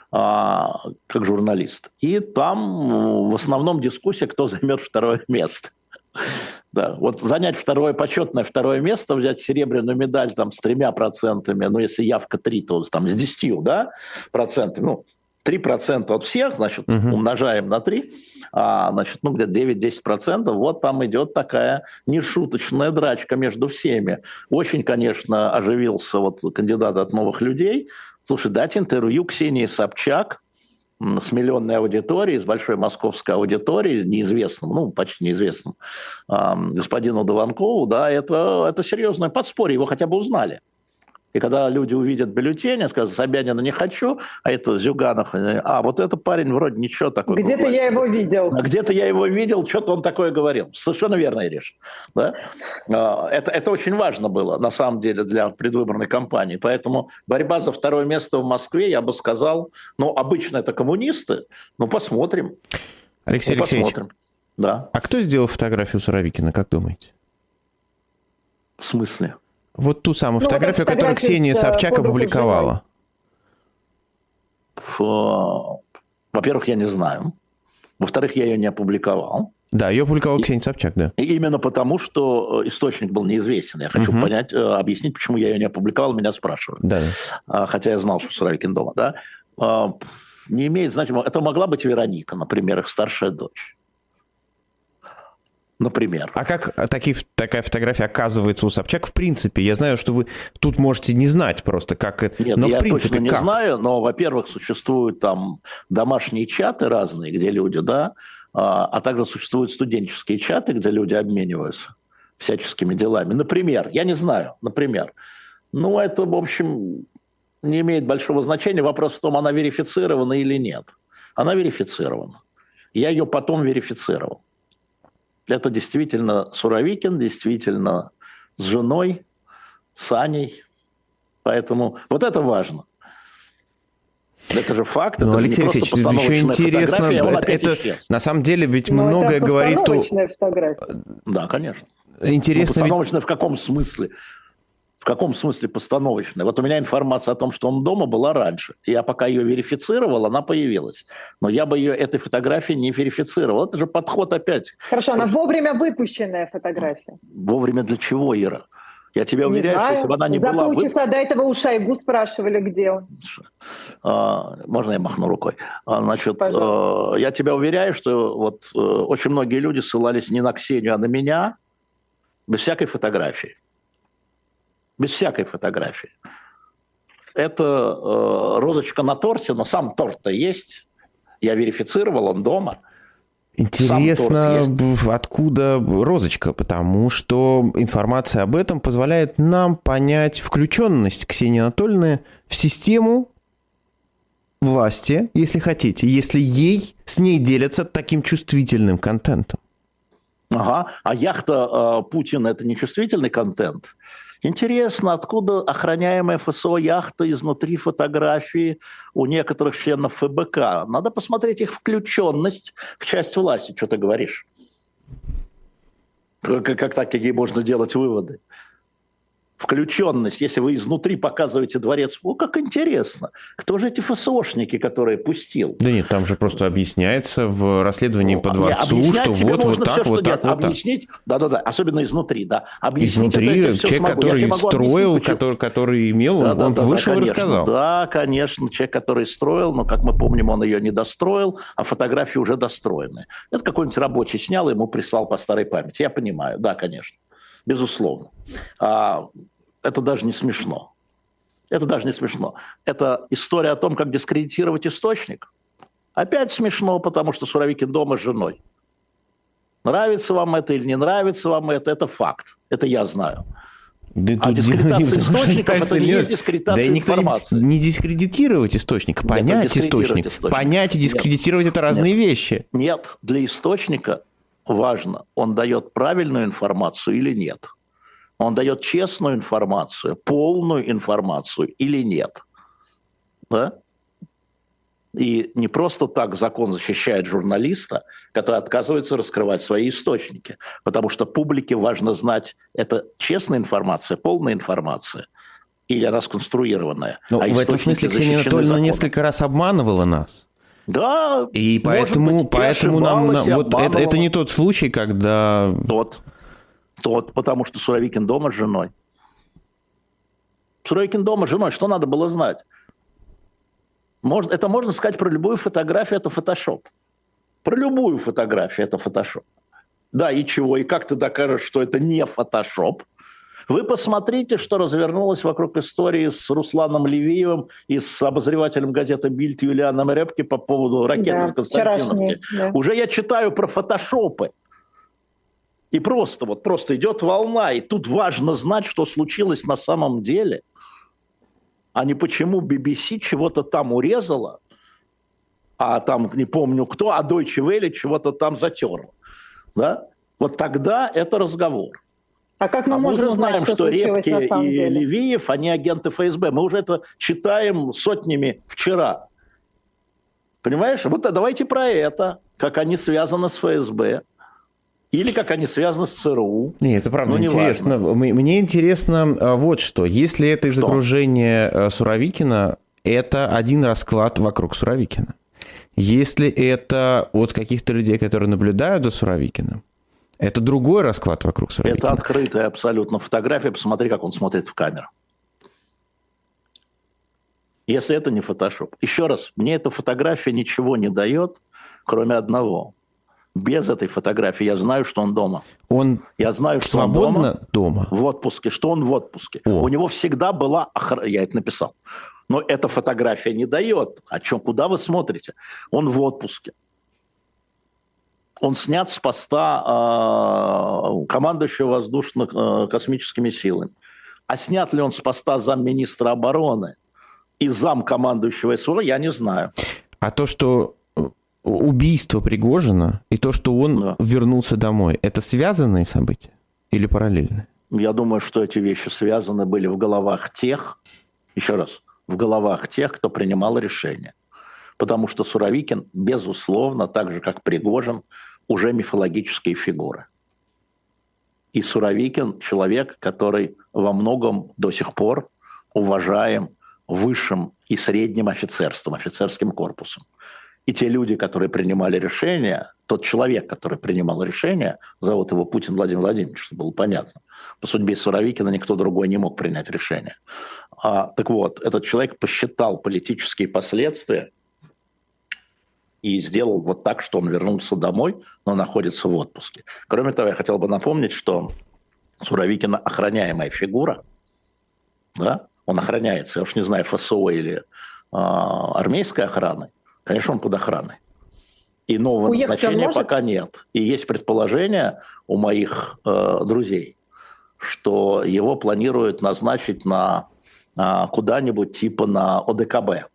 Speaker 2: как журналист. И там в основном дискуссия, кто займет второе место. Да, вот занять почетное второе место, взять серебряную медаль там, с 3%, ну, если явка 3, то там, с 10, да, процентами, ну, 3% от всех, значит, умножаем на 3, значит, ну, где-то 9-10%, вот там идет такая нешуточная драчка между всеми. Очень, конечно, оживился вот кандидат от «Новых людей». Слушай, дать интервью Ксении Собчак с миллионной аудиторией, с большой московской аудиторией, неизвестным, ну, почти неизвестным, господину Дованкову, да, это серьезное подспорье, его хотя бы узнали. И когда люди увидят бюллетень, скажут, Собянина не хочу, а это Зюганов, вот этот парень вроде ничего такого.
Speaker 3: Где-то я его видел.
Speaker 2: Где-то я его видел, что-то он такое говорил. Совершенно верно, Ириш. Да? Это очень важно было, на самом деле, для предвыборной кампании. Поэтому борьба за второе место в Москве, я бы сказал, ну, обычно это коммунисты, ну, посмотрим.
Speaker 5: Алексей Алексеевич,
Speaker 2: да.
Speaker 5: А кто сделал фотографию Суровикина, как думаете?
Speaker 2: В смысле?
Speaker 5: Вот ту самую фотографию, которую Ксения Собчак опубликовала.
Speaker 2: Во-первых, я не знаю. Во-вторых, я ее не опубликовал.
Speaker 5: Да, ее опубликовал Ксения Собчак, да.
Speaker 2: И именно потому, что источник был неизвестен. Я хочу объяснить, почему я ее не опубликовал, меня спрашивают.
Speaker 5: Да.
Speaker 2: Хотя я знал, что Суровикин дома. Да? Не имеет значения. Это могла быть Вероника, например, их старшая дочь. Например.
Speaker 5: А как такая фотография оказывается у Собчак в принципе? Я знаю, что вы тут можете не знать просто, как это.
Speaker 2: Нет,
Speaker 5: но
Speaker 2: я
Speaker 5: в принципе,
Speaker 2: точно не
Speaker 5: как?
Speaker 2: знаю, но, во-первых, существуют там домашние чаты разные, где люди, да, а также существуют студенческие чаты, где люди обмениваются всяческими делами. Например, я не знаю, ну, это, в общем, не имеет большого значения. Вопрос в том, она верифицирована или нет. Она верифицирована. Я ее потом верифицировал. Это действительно Суровикин, действительно с женой, с Аней. Поэтому вот это важно. Это же факт, это
Speaker 5: Алексей
Speaker 2: же не
Speaker 5: Алексеевич,
Speaker 2: просто постановочная
Speaker 5: еще интересно,
Speaker 2: фотография,
Speaker 5: это на самом деле ведь многое говорит...
Speaker 3: Фотография.
Speaker 2: Да, конечно.
Speaker 5: Интересно,
Speaker 2: постановочная в каком смысле? В каком смысле постановочная? Вот у меня информация о том, что он дома, была раньше. Я пока ее верифицировал, она появилась. Но я бы ее этой фотографии не верифицировал. Это же подход опять.
Speaker 3: Хорошо, она вовремя выпущенная фотография.
Speaker 2: Вовремя для чего, Ира? Я тебя уверяю, что если бы она не
Speaker 3: За
Speaker 2: была...
Speaker 3: полчаса до этого у Шойгу спрашивали, где он.
Speaker 2: Можно я махну рукой? Значит, я тебя уверяю, что вот очень многие люди ссылались не на Ксению, а на меня, без всякой фотографии. без всякой фотографии. Это розочка на торте, но сам торт-то есть. Я верифицировал, он дома.
Speaker 5: Интересно, откуда розочка, потому что информация об этом позволяет нам понять включенность Ксении Анатольевны в систему власти, если хотите, если с ней делятся таким чувствительным контентом.
Speaker 2: Ага, а яхта Путина – это не чувствительный контент? Интересно, откуда охраняемая ФСО яхта изнутри фотографии у некоторых членов ФБК? Надо посмотреть их включенность в часть власти. Что ты говоришь? Как так, какие можно делать выводы? Включенность, если вы изнутри показываете дворец, как интересно. Кто же эти ФСОшники, которые пустил?
Speaker 5: Да нет, там же просто объясняется в расследовании по дворцу, что вот так, вот так, вот так.
Speaker 2: Объяснить, да-да-да, особенно изнутри, да. Объяснить
Speaker 5: изнутри человек, который строил, который имел, он вышел и рассказал.
Speaker 2: Да, конечно, человек, который строил, но, как мы помним, он ее не достроил, а фотографии уже достроены. Это какой-нибудь рабочий снял, ему прислал по старой памяти. Я понимаю, да, конечно. Безусловно. Это даже не смешно. Это даже не смешно. Это история о том, как дискредитировать источник. Опять смешно, потому что Суровикин дома с женой. Нравится вам это или не нравится вам это факт. Это я знаю. А дискредитация источников – это не есть дискредитация информации.
Speaker 5: Не дискредитировать источник, понять источник. Понять и дискредитировать – это разные вещи.
Speaker 2: Нет, для источника важно, он дает правильную информацию или нет. Он дает честную информацию, полную информацию или нет. Да? И не просто так закон защищает журналиста, который отказывается раскрывать свои источники. Потому что публике важно знать, это честная информация, полная информация или она сконструированная.
Speaker 5: В этом смысле Ксения Анатольевна несколько раз обманывала нас.
Speaker 2: Да,
Speaker 5: и поэтому нам вот это не тот случай, когда...
Speaker 2: Тот, потому что Суровикин дома с женой. Суровикин дома с женой, что надо было знать? Это можно сказать про любую фотографию, это фотошоп. Про любую фотографию это фотошоп. Да, и чего? И как ты докажешь, что это не фотошоп? Вы посмотрите, что развернулось вокруг истории с Русланом Левиевым и с обозревателем газеты «Бильд» Юлианом Репке по поводу ракеты в Константиновке. Да. Уже я читаю про фотошопы. И просто идет волна. И тут важно знать, что случилось на самом деле, а не почему BBC чего-то там урезала, а там не помню кто, а Deutsche Welle чего-то там затерла. Да? Вот тогда это разговор.
Speaker 3: А как мы можем
Speaker 2: узнать,
Speaker 3: что случилось
Speaker 2: Репке
Speaker 3: на самом деле?
Speaker 2: И Левиев, они агенты ФСБ. Мы уже это читаем сотнями вчера. Понимаешь? Вот давайте про это, как они связаны с ФСБ. Или как они связаны с ЦРУ.
Speaker 5: Нет, это правда интересно. Мне интересно вот что. Если это из окружения Суровикина, это один расклад вокруг Суровикина. Если это от каких-то людей, которые наблюдают за Суровикиным, это другой расклад вокруг Суровикина.
Speaker 2: Это открытая абсолютно фотография. Посмотри, как он смотрит в камеру. Если это не фотошоп. Еще раз, мне эта фотография ничего не дает, кроме одного. Без этой фотографии я знаю, что он дома. Я знаю, что
Speaker 5: свободно
Speaker 2: он дома. В отпуске, что он в отпуске. У него всегда была охрана. Я это написал. Но эта фотография не дает. Куда вы смотрите? Он в отпуске. Он снят с поста командующего воздушно-космическими силами. А снят ли он с поста замминистра обороны и замкомандующего СВО, я не знаю.
Speaker 5: А то, что убийство Пригожина и то, что он вернулся домой, это связанные события или параллельные?
Speaker 2: Я думаю, что эти вещи связаны были в головах тех, еще раз, в головах тех, кто принимал решения. Потому что Суровикин, безусловно, так же, как Пригожин, уже мифологические фигуры. И Суровикин – человек, который во многом до сих пор уважаем высшим и средним офицерством, офицерским корпусом. И те люди, которые принимали решения, тот человек, который принимал решения, зовут его Путин Владимир Владимирович, чтобы было понятно. По судьбе Суровикина никто другой не мог принять решение. Так вот, этот человек посчитал политические последствия и сделал вот так, что он вернулся домой, но находится в отпуске. Кроме того, я хотел бы напомнить, что Суровикина охраняемая фигура, да? Он охраняется, я уж не знаю, ФСО или армейской охраной, конечно, он под охраной. И нового назначения пока нет. И есть предположение у моих друзей, что его планируют назначить на куда-нибудь типа на ОДКБ.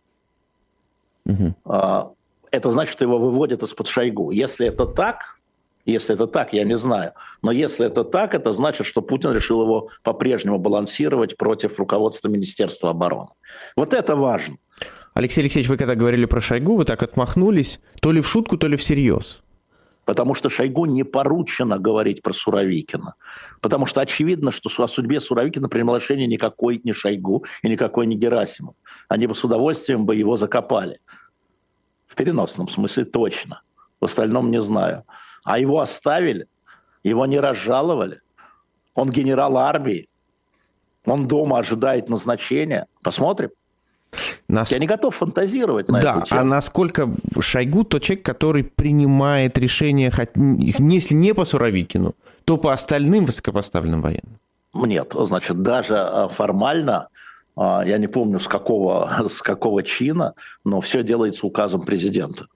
Speaker 2: Это значит, что его выводят из-под Шойгу. Если это так, я не знаю. Но если это так, это значит, что Путин решил его по-прежнему балансировать против руководства Министерства обороны. Вот это важно.
Speaker 5: Алексей Алексеевич, вы когда говорили про Шойгу, вы так отмахнулись, то ли в шутку, то ли всерьез.
Speaker 2: Потому что Шойгу не поручено говорить про Суровикина. Потому что очевидно, что о судьбе Суровикина принимал решение никакой не Шойгу и никакой не Герасимов. Они бы с удовольствием бы его закопали. В переносном смысле точно. В остальном не знаю. А его оставили, его не разжаловали. Он генерал армии. Он дома ожидает назначения. Посмотрим. Я не готов фантазировать на эту тему.
Speaker 5: А насколько Шойгу тот человек, который принимает решения, если не по Суровикину, то по остальным высокопоставленным военным?
Speaker 2: Нет, значит, даже формально, я не помню с какого чина, но все делается указом президента.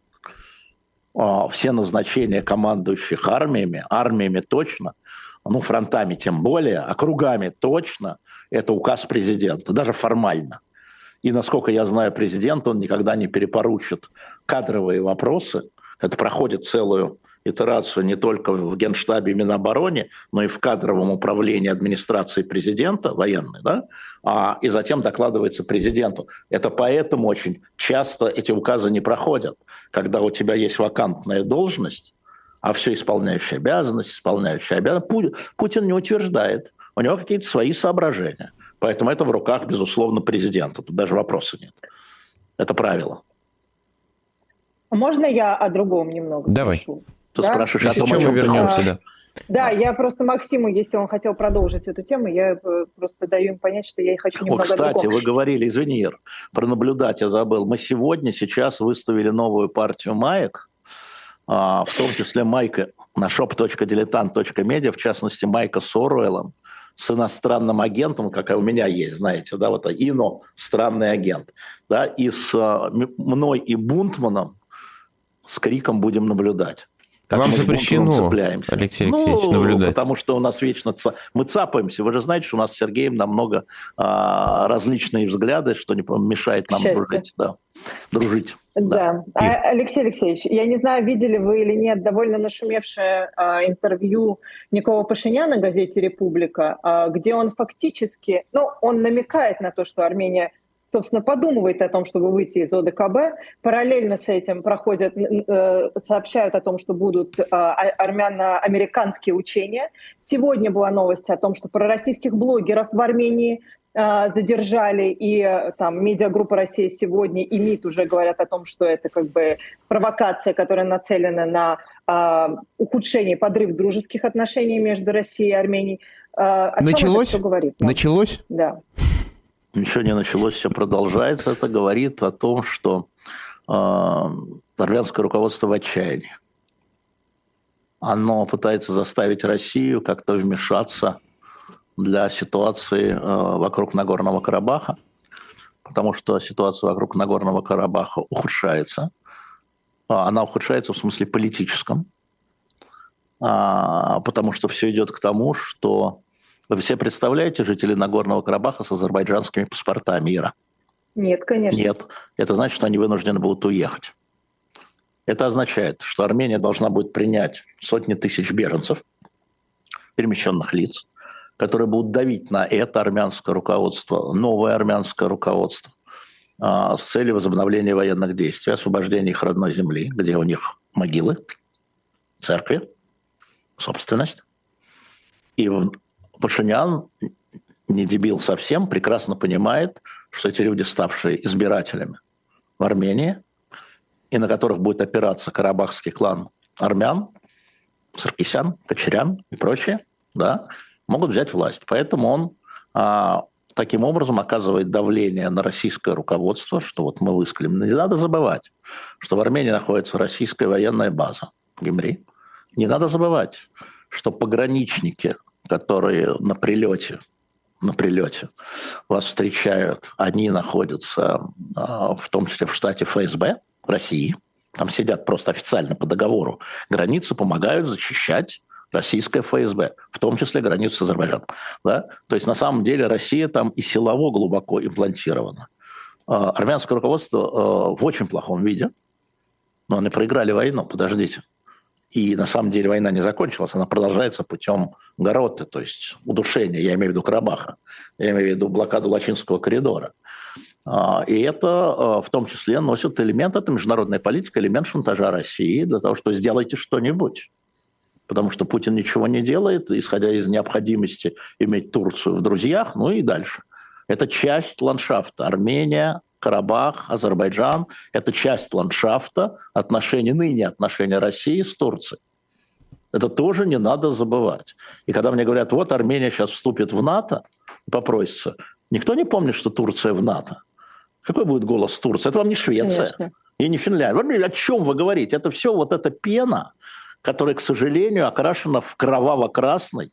Speaker 2: Все назначения командующих армиями точно, фронтами тем более, округами точно, это указ президента, даже формально. И, насколько я знаю, президент, он никогда не перепоручит кадровые вопросы. Это проходит целую итерацию не только в Генштабе и Минобороне, но и в кадровом управлении администрации президента, военной, да? И затем докладывается президенту. Это поэтому очень часто эти указы не проходят. Когда у тебя есть вакантная должность, а все исполняющий обязанности, Путин не утверждает. У него какие-то свои соображения. Поэтому это в руках, безусловно, президента. Тут даже вопроса нет. Это правило.
Speaker 3: Можно я о другом немного спрошу?
Speaker 2: Ты спрашиваешь о том,
Speaker 5: о чем мы вернемся, да.
Speaker 3: Да, я просто Максиму, если он хотел продолжить эту тему, я просто даю им понять, что я хочу немного
Speaker 2: кстати,
Speaker 3: другого.
Speaker 2: Вы говорили, извини, Ир, про наблюдать я забыл. Мы сейчас выставили новую партию маек, в том числе майка на shop.diletant.media, в частности, майка с Оруэллом, с иностранным агентом, какая у меня есть, знаете, да, вот Ино, странный агент, да, и с мной и Бунтманом с криком будем наблюдать.
Speaker 5: Вам запрещено, Алексей Алексеевич, наблюдать.
Speaker 2: Потому что у нас вечно мы цапаемся. Вы же знаете, что у нас с Сергеем намного различные взгляды, что не мешает нам дружить.
Speaker 3: Да. Алексей Алексеевич, я не знаю, видели вы или нет довольно нашумевшее интервью Никола Пашиняна газете «Република», где он фактически, он намекает на то, что Армения, собственно, подумывает о том, чтобы выйти из ОДКБ. Параллельно с этим сообщают о том, что будут армяно-американские учения. Сегодня была новость о том, что пророссийских блогеров в Армении задержали, и там медиагруппа «Россия сегодня» и МИД уже говорят о том, что это как бы провокация, которая нацелена на ухудшение, подрыв дружеских отношений между Россией и Арменией.
Speaker 5: Началось?
Speaker 2: Началось?
Speaker 3: Да.
Speaker 2: Ничего не началось, все продолжается. Это говорит о том, что армянское руководство в отчаянии. Оно пытается заставить Россию как-то вмешаться для ситуации вокруг Нагорного Карабаха, потому что ситуация вокруг Нагорного Карабаха ухудшается. Она ухудшается в смысле политическом, потому что все идет к тому, что... Вы все представляете жителей Нагорного Карабаха с азербайджанскими паспортами, Ира?
Speaker 3: Нет, конечно.
Speaker 2: Нет. Это значит, что они вынуждены будут уехать. Это означает, что Армения должна будет принять сотни тысяч беженцев, перемещенных лиц, которые будут давить на это армянское руководство, новое армянское руководство, с целью возобновления военных действий, освобождения их родной земли, где у них могилы, церкви, собственность. И Пашинян, не дебил совсем, прекрасно понимает, что эти люди, ставшие избирателями в Армении, и на которых будет опираться карабахский клан армян, Саркисян, Кочерян и прочие, да, могут взять власть. Поэтому он таким образом оказывает давление на российское руководство, что вот мы высказали. Не надо забывать, что в Армении находится российская военная база Гюмри. Не надо забывать, что пограничники, которые на прилете на прилете. Вас встречают, они находятся в том числе в штате ФСБ России. Там сидят просто официально по договору. Границы помогают защищать российское ФСБ, в том числе границу с Азербайджаном. Да? То есть на самом деле Россия там и силово глубоко имплантирована. Армянское руководство в очень плохом виде, но они проиграли войну, подождите. И на самом деле война не закончилась, она продолжается путем Гаротты, то есть удушения, я имею в виду Карабаха, я имею в виду блокаду Лачинского коридора. И это в том числе носит элемент, это международная политика, элемент шантажа России для того, что сделайте что-нибудь. Потому что Путин ничего не делает, исходя из необходимости иметь Турцию в друзьях, ну и дальше. Это часть ландшафта. Армения, Карабах, Азербайджан – это часть ландшафта ныне отношения России с Турцией. Это тоже не надо забывать. И когда мне говорят, вот Армения сейчас вступит в НАТО, попросится, никто не помнит, что Турция в НАТО. Какой будет голос Турции? Это вам не Швеция. Конечно. И не Финляндия. О чем вы говорите? Это все вот эта пена, которая, к сожалению, окрашена в кроваво-красный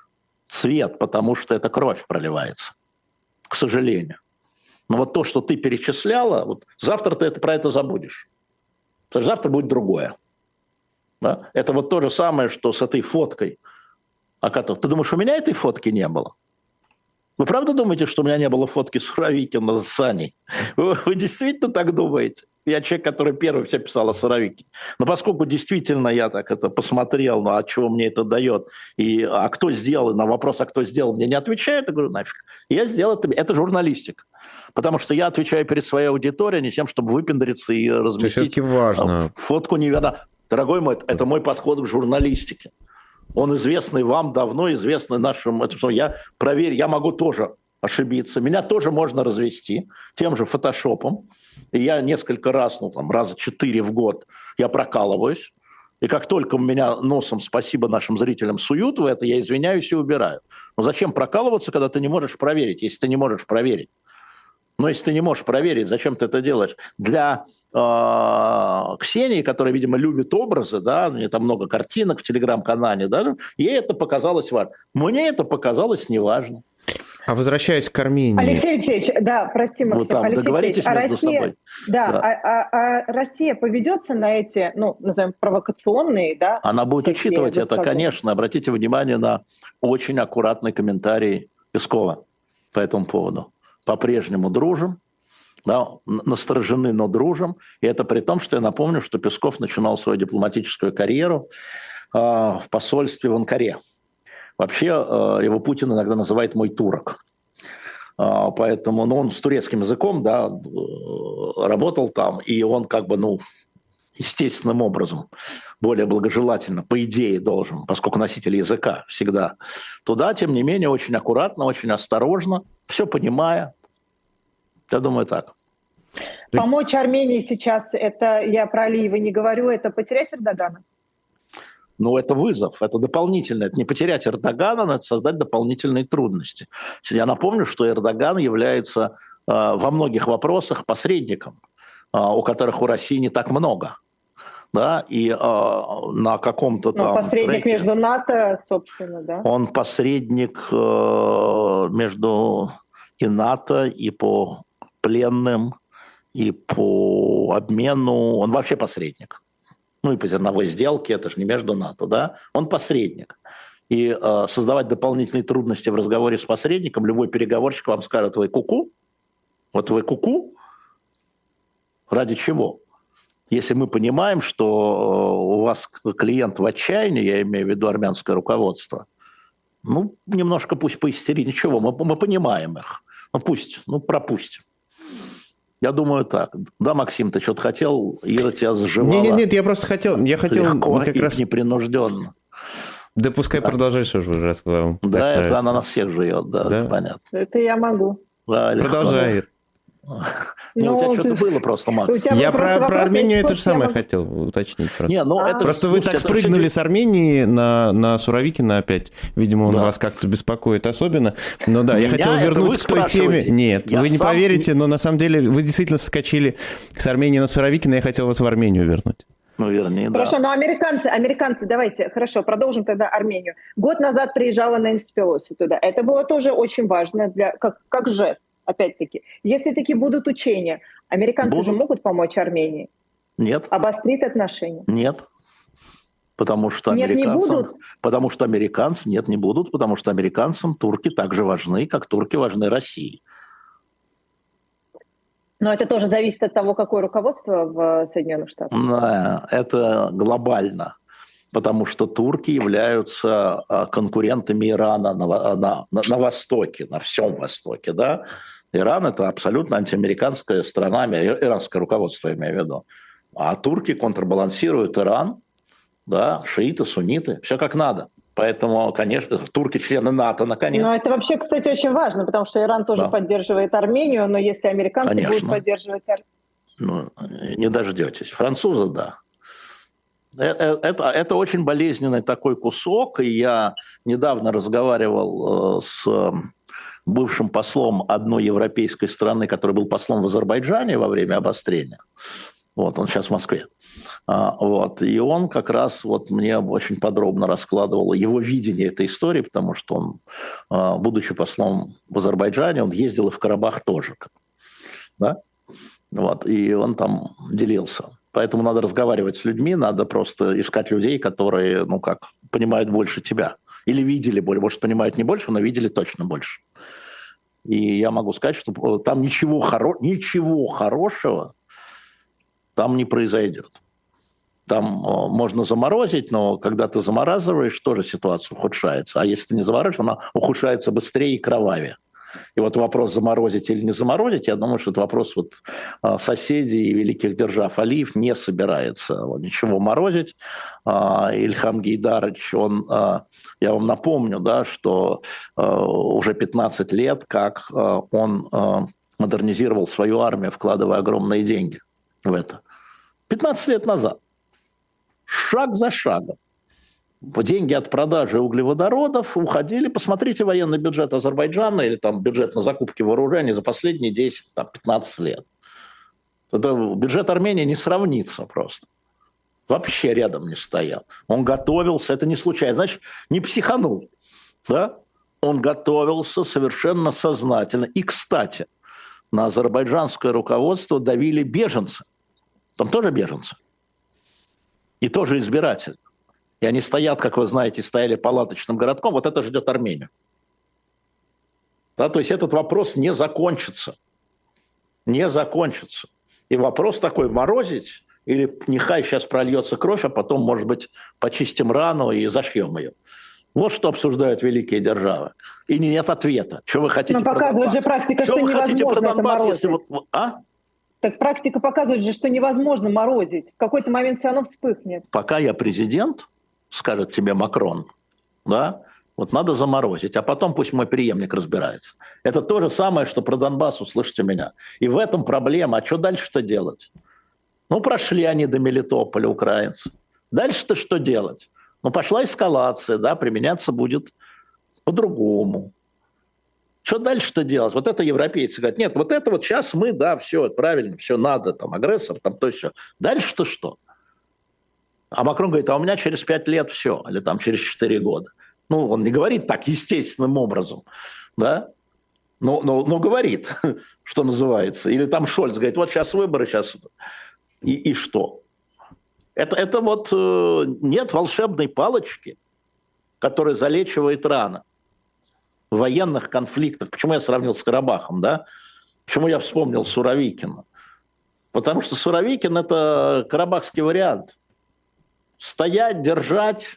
Speaker 2: цвет, потому что это кровь проливается. К сожалению. Но вот то, что ты перечисляла, вот завтра ты про это забудешь. Потому что завтра будет другое. Да? Это вот то же самое, что с этой фоткой. Ты думаешь, у меня этой фотки не было? Вы правда думаете, что у меня не было фотки Суровикина с Саней? Вы действительно так думаете? Я человек, который первый все писал о Суровикине. Но поскольку действительно я так это посмотрел, ну а чего мне это дает, а кто сделал, на вопрос, а кто сделал, мне не отвечают, я говорю, нафиг. Я сделал это журналистика. Потому что я отвечаю перед своей аудиторией не тем, чтобы выпендриться и разместить
Speaker 5: важно.
Speaker 2: Фотку неверно. Дорогой мой, это мой подход к журналистике. Он известный вам, давно известный нашим. Я могу тоже ошибиться. Меня тоже можно развести тем же фотошопом. И я несколько раз, раза 4 в год я прокалываюсь. И как только у меня носом, спасибо нашим зрителям, суют в это, я извиняюсь и убираю. Но зачем прокалываться, когда ты не можешь проверить, если ты не можешь проверить? Но если ты не можешь проверить, зачем ты это делаешь? Для Ксении, которая, видимо, любит образы, да, у нее там много картинок в телеграм-канале, да, ей это показалось важно. Мне это показалось неважно.
Speaker 5: А возвращаясь к Армении...
Speaker 3: Алексей Алексеевич, да, прости, Максим.
Speaker 2: Там
Speaker 3: Алексей
Speaker 2: договоритесь между собой.
Speaker 3: Да. Россия поведется на эти, назовем, провокационные, да?
Speaker 2: Она будет учитывать это, конечно. Обратите внимание на очень аккуратный комментарий Пескова по этому поводу. По-прежнему дружим, да, насторожены, но дружим. И это при том, что я напомню, что Песков начинал свою дипломатическую карьеру в посольстве в Анкаре. Вообще его Путин иногда называет «мой турок». Поэтому он с турецким языком, да, работал там, и он естественным образом, более благожелательно, по идее, должен, поскольку носитель языка всегда туда, тем не менее, очень аккуратно, очень осторожно, все понимая. Я думаю, так.
Speaker 3: Помочь Армении сейчас, это я про Алиева не говорю, это потерять Эрдогана?
Speaker 2: Это вызов, это дополнительное. Это не потерять Эрдогана, но это создать дополнительные трудности. Я напомню, что Эрдоган является во многих вопросах посредником, у которых у России не так много. Да, и на каком-то там...
Speaker 3: посредник треке, между НАТО, собственно, да?
Speaker 2: Он посредник между и НАТО, и по пленным, и по обмену. Он вообще посредник. И по зерновой сделке, это же не между НАТО, да? Он посредник. И создавать дополнительные трудности в разговоре с посредником, любой переговорщик вам скажет, вы ку-ку? Вот вы ку-ку? Ради чего? Если мы понимаем, что у вас клиент в отчаянии, я имею в виду армянское руководство, немножко пусть поистерит, ничего, мы понимаем их. Пропустим. Я думаю так. Да, Максим, ты что-то хотел? Ира тебя заживала.
Speaker 5: Нет, я просто хотел...
Speaker 2: Легко как раз непринужденно.
Speaker 5: Да пускай продолжаешь уже, раз вам...
Speaker 2: Да, это она нас всех жует, да, это понятно.
Speaker 3: Это я могу.
Speaker 2: Да,
Speaker 5: продолжай, Ир.
Speaker 2: У тебя что-то было просто, Макс.
Speaker 5: Я про Армению это же самое хотел уточнить. Просто вы так спрыгнули с Армении на Суровикина опять. Видимо, он вас как-то беспокоит особенно. Но да, я хотел вернуться к той теме. Нет, вы не поверите, но на самом деле вы действительно соскочили с Армении на Суровикина, я хотел вас в Армению вернуть.
Speaker 2: Ну, вернее,
Speaker 3: хорошо,
Speaker 2: да.
Speaker 3: но американцы, давайте, хорошо, продолжим тогда Армению. Год назад приезжала Нэнси Пелоси туда. Это было тоже очень важно, как жест, опять-таки. Если таки будут учения, американцы же могут помочь Армении?
Speaker 2: Нет.
Speaker 3: Обострить отношения?
Speaker 2: Нет. Потому что
Speaker 3: нет, не будут?
Speaker 2: Потому что американцы, нет, не будут, потому что американцам турки так же важны, как турки важны России.
Speaker 3: Но это тоже зависит от того, какое руководство в Соединенных Штатах.
Speaker 2: Да, это глобально, потому что турки являются конкурентами Ирана на Востоке, на всем Востоке. Да? Иран – это абсолютно антиамериканская страна, иранское руководство, я имею в виду. А турки контрбалансируют Иран, да, шииты, сунниты, все как надо. Поэтому, конечно, турки члены НАТО, наконец.
Speaker 3: Но это вообще, кстати, очень важно, потому что Иран тоже поддерживает Армению, но если американцы будут поддерживать Армению...
Speaker 2: Не дождетесь. Французы, да. Это очень болезненный такой кусок, и я недавно разговаривал с бывшим послом одной европейской страны, который был послом в Азербайджане во время обострения. Вот, он сейчас в Москве. Вот, и он как раз вот мне очень подробно раскладывал его видение этой истории, потому что он, будучи послом в Азербайджане, он ездил и в Карабах тоже. Да? Вот, и он там делился. Поэтому надо разговаривать с людьми, надо просто искать людей, которые, ну как, понимают больше тебя. Или видели больше, может, понимают не больше, но видели точно больше. И я могу сказать, что там ничего хорошего там не произойдет. Там можно заморозить, но когда ты замораживаешь, тоже ситуация ухудшается. А если ты не замораживаешь, она ухудшается быстрее и кровавее. И вот вопрос заморозить или не заморозить, я думаю, что это вопрос вот соседей и великих держав. Алиев не собирается ничего морозить. Ильхам Гейдарович, я вам напомню, да, что уже 15 лет, как он модернизировал свою армию, вкладывая огромные деньги в это. 15 лет назад. Шаг за шагом. Деньги от продажи углеводородов уходили. Посмотрите военный бюджет Азербайджана или там бюджет на закупки вооружений за последние 10-15 лет. Это бюджет Армении не сравнится просто. Вообще рядом не стоял. Он готовился, это не случайно. Значит, не психанул. Да? Он готовился совершенно сознательно. И, кстати, на азербайджанское руководство давили беженцы. Там тоже беженцы. И тоже избиратели. И они стоят, как вы знаете, стояли палаточным городком. Вот это ждет Армению. Да, то есть этот вопрос не закончится. Не закончится. И вопрос такой, морозить или нехай сейчас прольется кровь, а потом, может быть, почистим рану и зашьем ее. Вот что обсуждают великие державы. И нет ответа. Что вы хотите про Донбасс? Но показывает
Speaker 3: же практика, что невозможно это морозить. Так практика показывает же, что невозможно морозить. В какой-то момент все равно вспыхнет.
Speaker 2: Пока я президент, скажет тебе Макрон, да, вот надо заморозить, а потом пусть мой преемник разбирается. Это то же самое, что про Донбасс, услышите меня. И в этом проблема. А что дальше-то делать? Ну, прошли они до Мелитополя, украинцы. Дальше-то что делать? Ну, пошла эскалация, да, применяться будет по-другому. Что дальше-то делать? Вот это европейцы говорят, нет, вот это вот сейчас мы, да, все, правильно, все надо, там, агрессор, там, то все. Дальше-то что? А Макрон говорит, а у меня через 5 лет все, или там через 4 года. Ну, он не говорит так естественным образом, да, но говорит, что называется. Или там Шольц говорит, вот сейчас выборы, сейчас... И что? Это вот нет волшебной палочки, которая залечивает раны в военных конфликтах. Почему я сравнил с Карабахом, да? Почему я вспомнил Суровикина? Потому что Суровикин – это карабахский вариант. Стоять, держать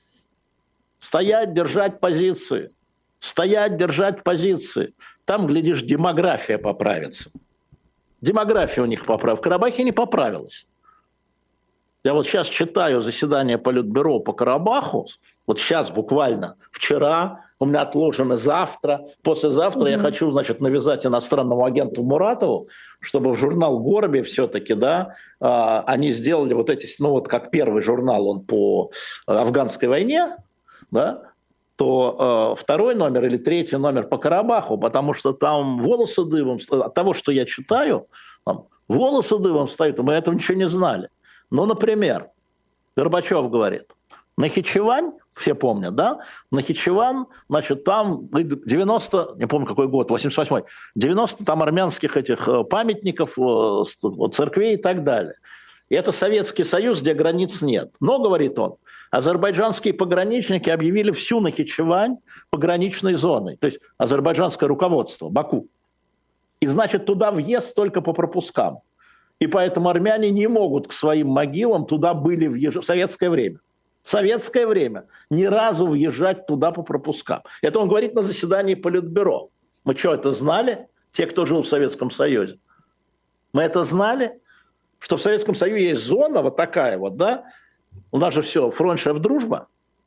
Speaker 2: позиции. Стоять, держать позиции. Там, глядишь, демография поправится. Демография у них поправилась. В Карабахе не поправилась. Я вот сейчас читаю заседание Политбюро по Карабаху. Вот сейчас буквально, вчера, у меня отложено завтра. Послезавтра я хочу, значит, навязать иностранному агенту Муратову, чтобы в журнал «Горби» все-таки, да, они сделали вот эти, ну вот как первый журнал, он по афганской войне, да, то второй номер или третий номер по Карабаху, потому что там волосы дыбом, от того, что я читаю, там, волосы дыбом стоят, мы этого ничего не знали. Ну, например, Горбачев говорит, Нахичевань, все помнят, да? Нахичевань, значит, там 90, не помню какой год, 88-й, 90 там армянских этих памятников, церквей и так далее. И это Советский Союз, где границ нет. Но, говорит он, азербайджанские пограничники объявили всю Нахичевань пограничной зоной. То есть азербайджанское руководство, Баку. И, значит, туда въезд только по пропускам. И поэтому армяне не могут к своим могилам туда были въезжать в советское время. В советское время ни разу въезжать туда по пропускам. Это он говорит на заседании Политбюро. Мы что, это знали? Те, кто жил в Советском Союзе. Мы это знали? Что в Советском Союзе есть зона вот такая вот, да? У нас же все, фронт-шеф дружба.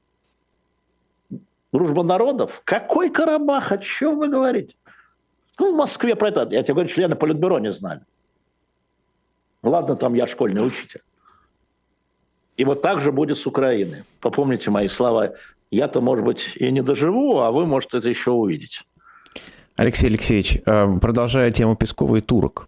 Speaker 2: Дружба народов. Какой Карабах? О чем вы говорите? Ну, в Москве про это, я тебе говорю, члены Политбюро не знали. Ладно, там я школьный учитель. И вот так же будет с Украиной. Попомните мои слова. Я-то, может быть, и не доживу, а вы, может, это еще увидите.
Speaker 5: Алексей Алексеевич, продолжая тему Пескова и турок.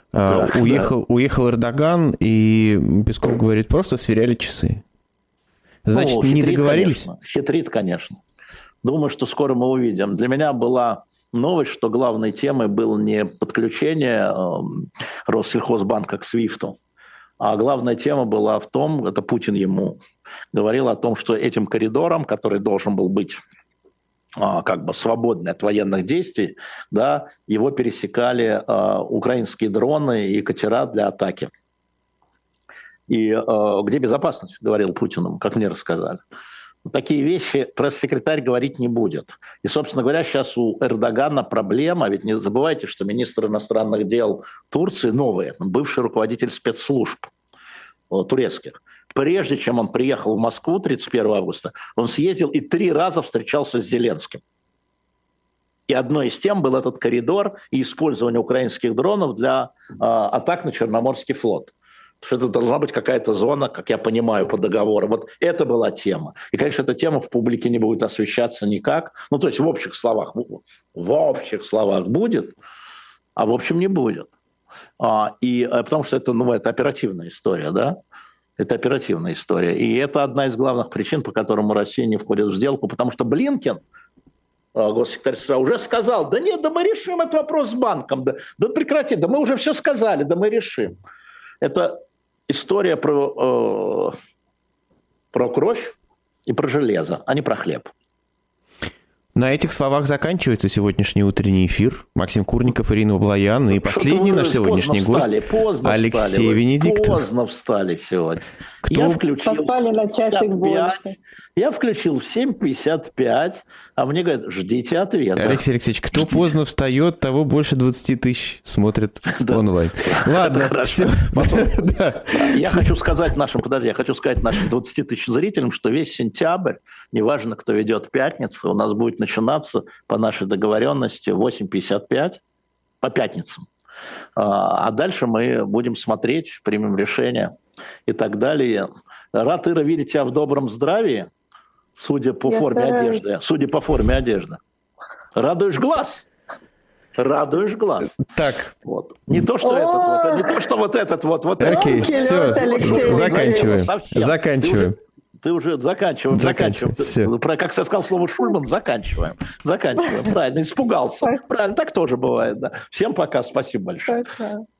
Speaker 5: Уехал Эрдоган, и Песков говорит, просто сверяли часы. Значит, не договорились?
Speaker 2: Конечно. Хитрит, конечно. Думаю, что скоро мы увидим. Для меня была новость, что главной темой было не подключение Россельхозбанка к СВИФТу, а главная тема была в том, это Путин ему говорил о том, что этим коридором, который должен был быть как бы свободный от военных действий, да, его пересекали украинские дроны и катера для атаки. И где безопасность, говорил Путину, как мне рассказали. Такие вещи пресс-секретарь говорить не будет. И, собственно говоря, сейчас у Эрдогана проблема, ведь не забывайте, что министр иностранных дел Турции новый, бывший руководитель спецслужб турецких. Прежде чем он приехал в Москву 31 августа, он съездил и 3 раза встречался с Зеленским. И одной из тем был этот коридор и использование украинских дронов для атак на Черноморский флот. Что это должна быть какая-то зона, как я понимаю, по договору. Вот это была тема. И, конечно, эта тема в публике не будет освещаться никак. Ну, то есть в общих словах будет, а в общем не будет. Потому что это оперативная история, да? Это оперативная история. И это одна из главных причин, по которым Россия не входит в сделку, потому что Блинкен, госсекретарь США, уже сказал, да нет, да мы решим этот вопрос с банком, да прекрати, да мы уже все сказали, да мы решим. Это история про кровь и про железо, а не про хлеб.
Speaker 5: На этих словах заканчивается сегодняшний утренний эфир. Максим Курников, Ирина Блоян и последний наш сегодняшний гость Алексей Венедиктов.
Speaker 2: Поздно встали сегодня.
Speaker 3: Поспали на часик больше.
Speaker 2: Я включил в 7:55, а мне говорят, ждите ответа.
Speaker 5: Алексей Алексеевич, кто поздно встает, того больше 20 тысяч смотрит онлайн. Ладно, все.
Speaker 2: Я хочу сказать нашим 20 тысяч зрителям, что весь сентябрь, неважно, кто ведет пятницу, у нас будет начинаться по нашей договоренности 8:55 по пятницам. А дальше мы будем смотреть, примем решение и так далее. Рад, Ира, видеть тебя в добром здравии, судя по форме одежды. Радуешь глаз.
Speaker 5: Так.
Speaker 2: Вот. Не то, что вот этот.
Speaker 5: Окей, все, заканчиваем.
Speaker 2: Ты уже заканчиваем. Как я сказал слово Шульман, заканчиваем. Правильно, испугался. Правильно, так тоже бывает. Да. Всем пока, спасибо большое.
Speaker 3: Пока.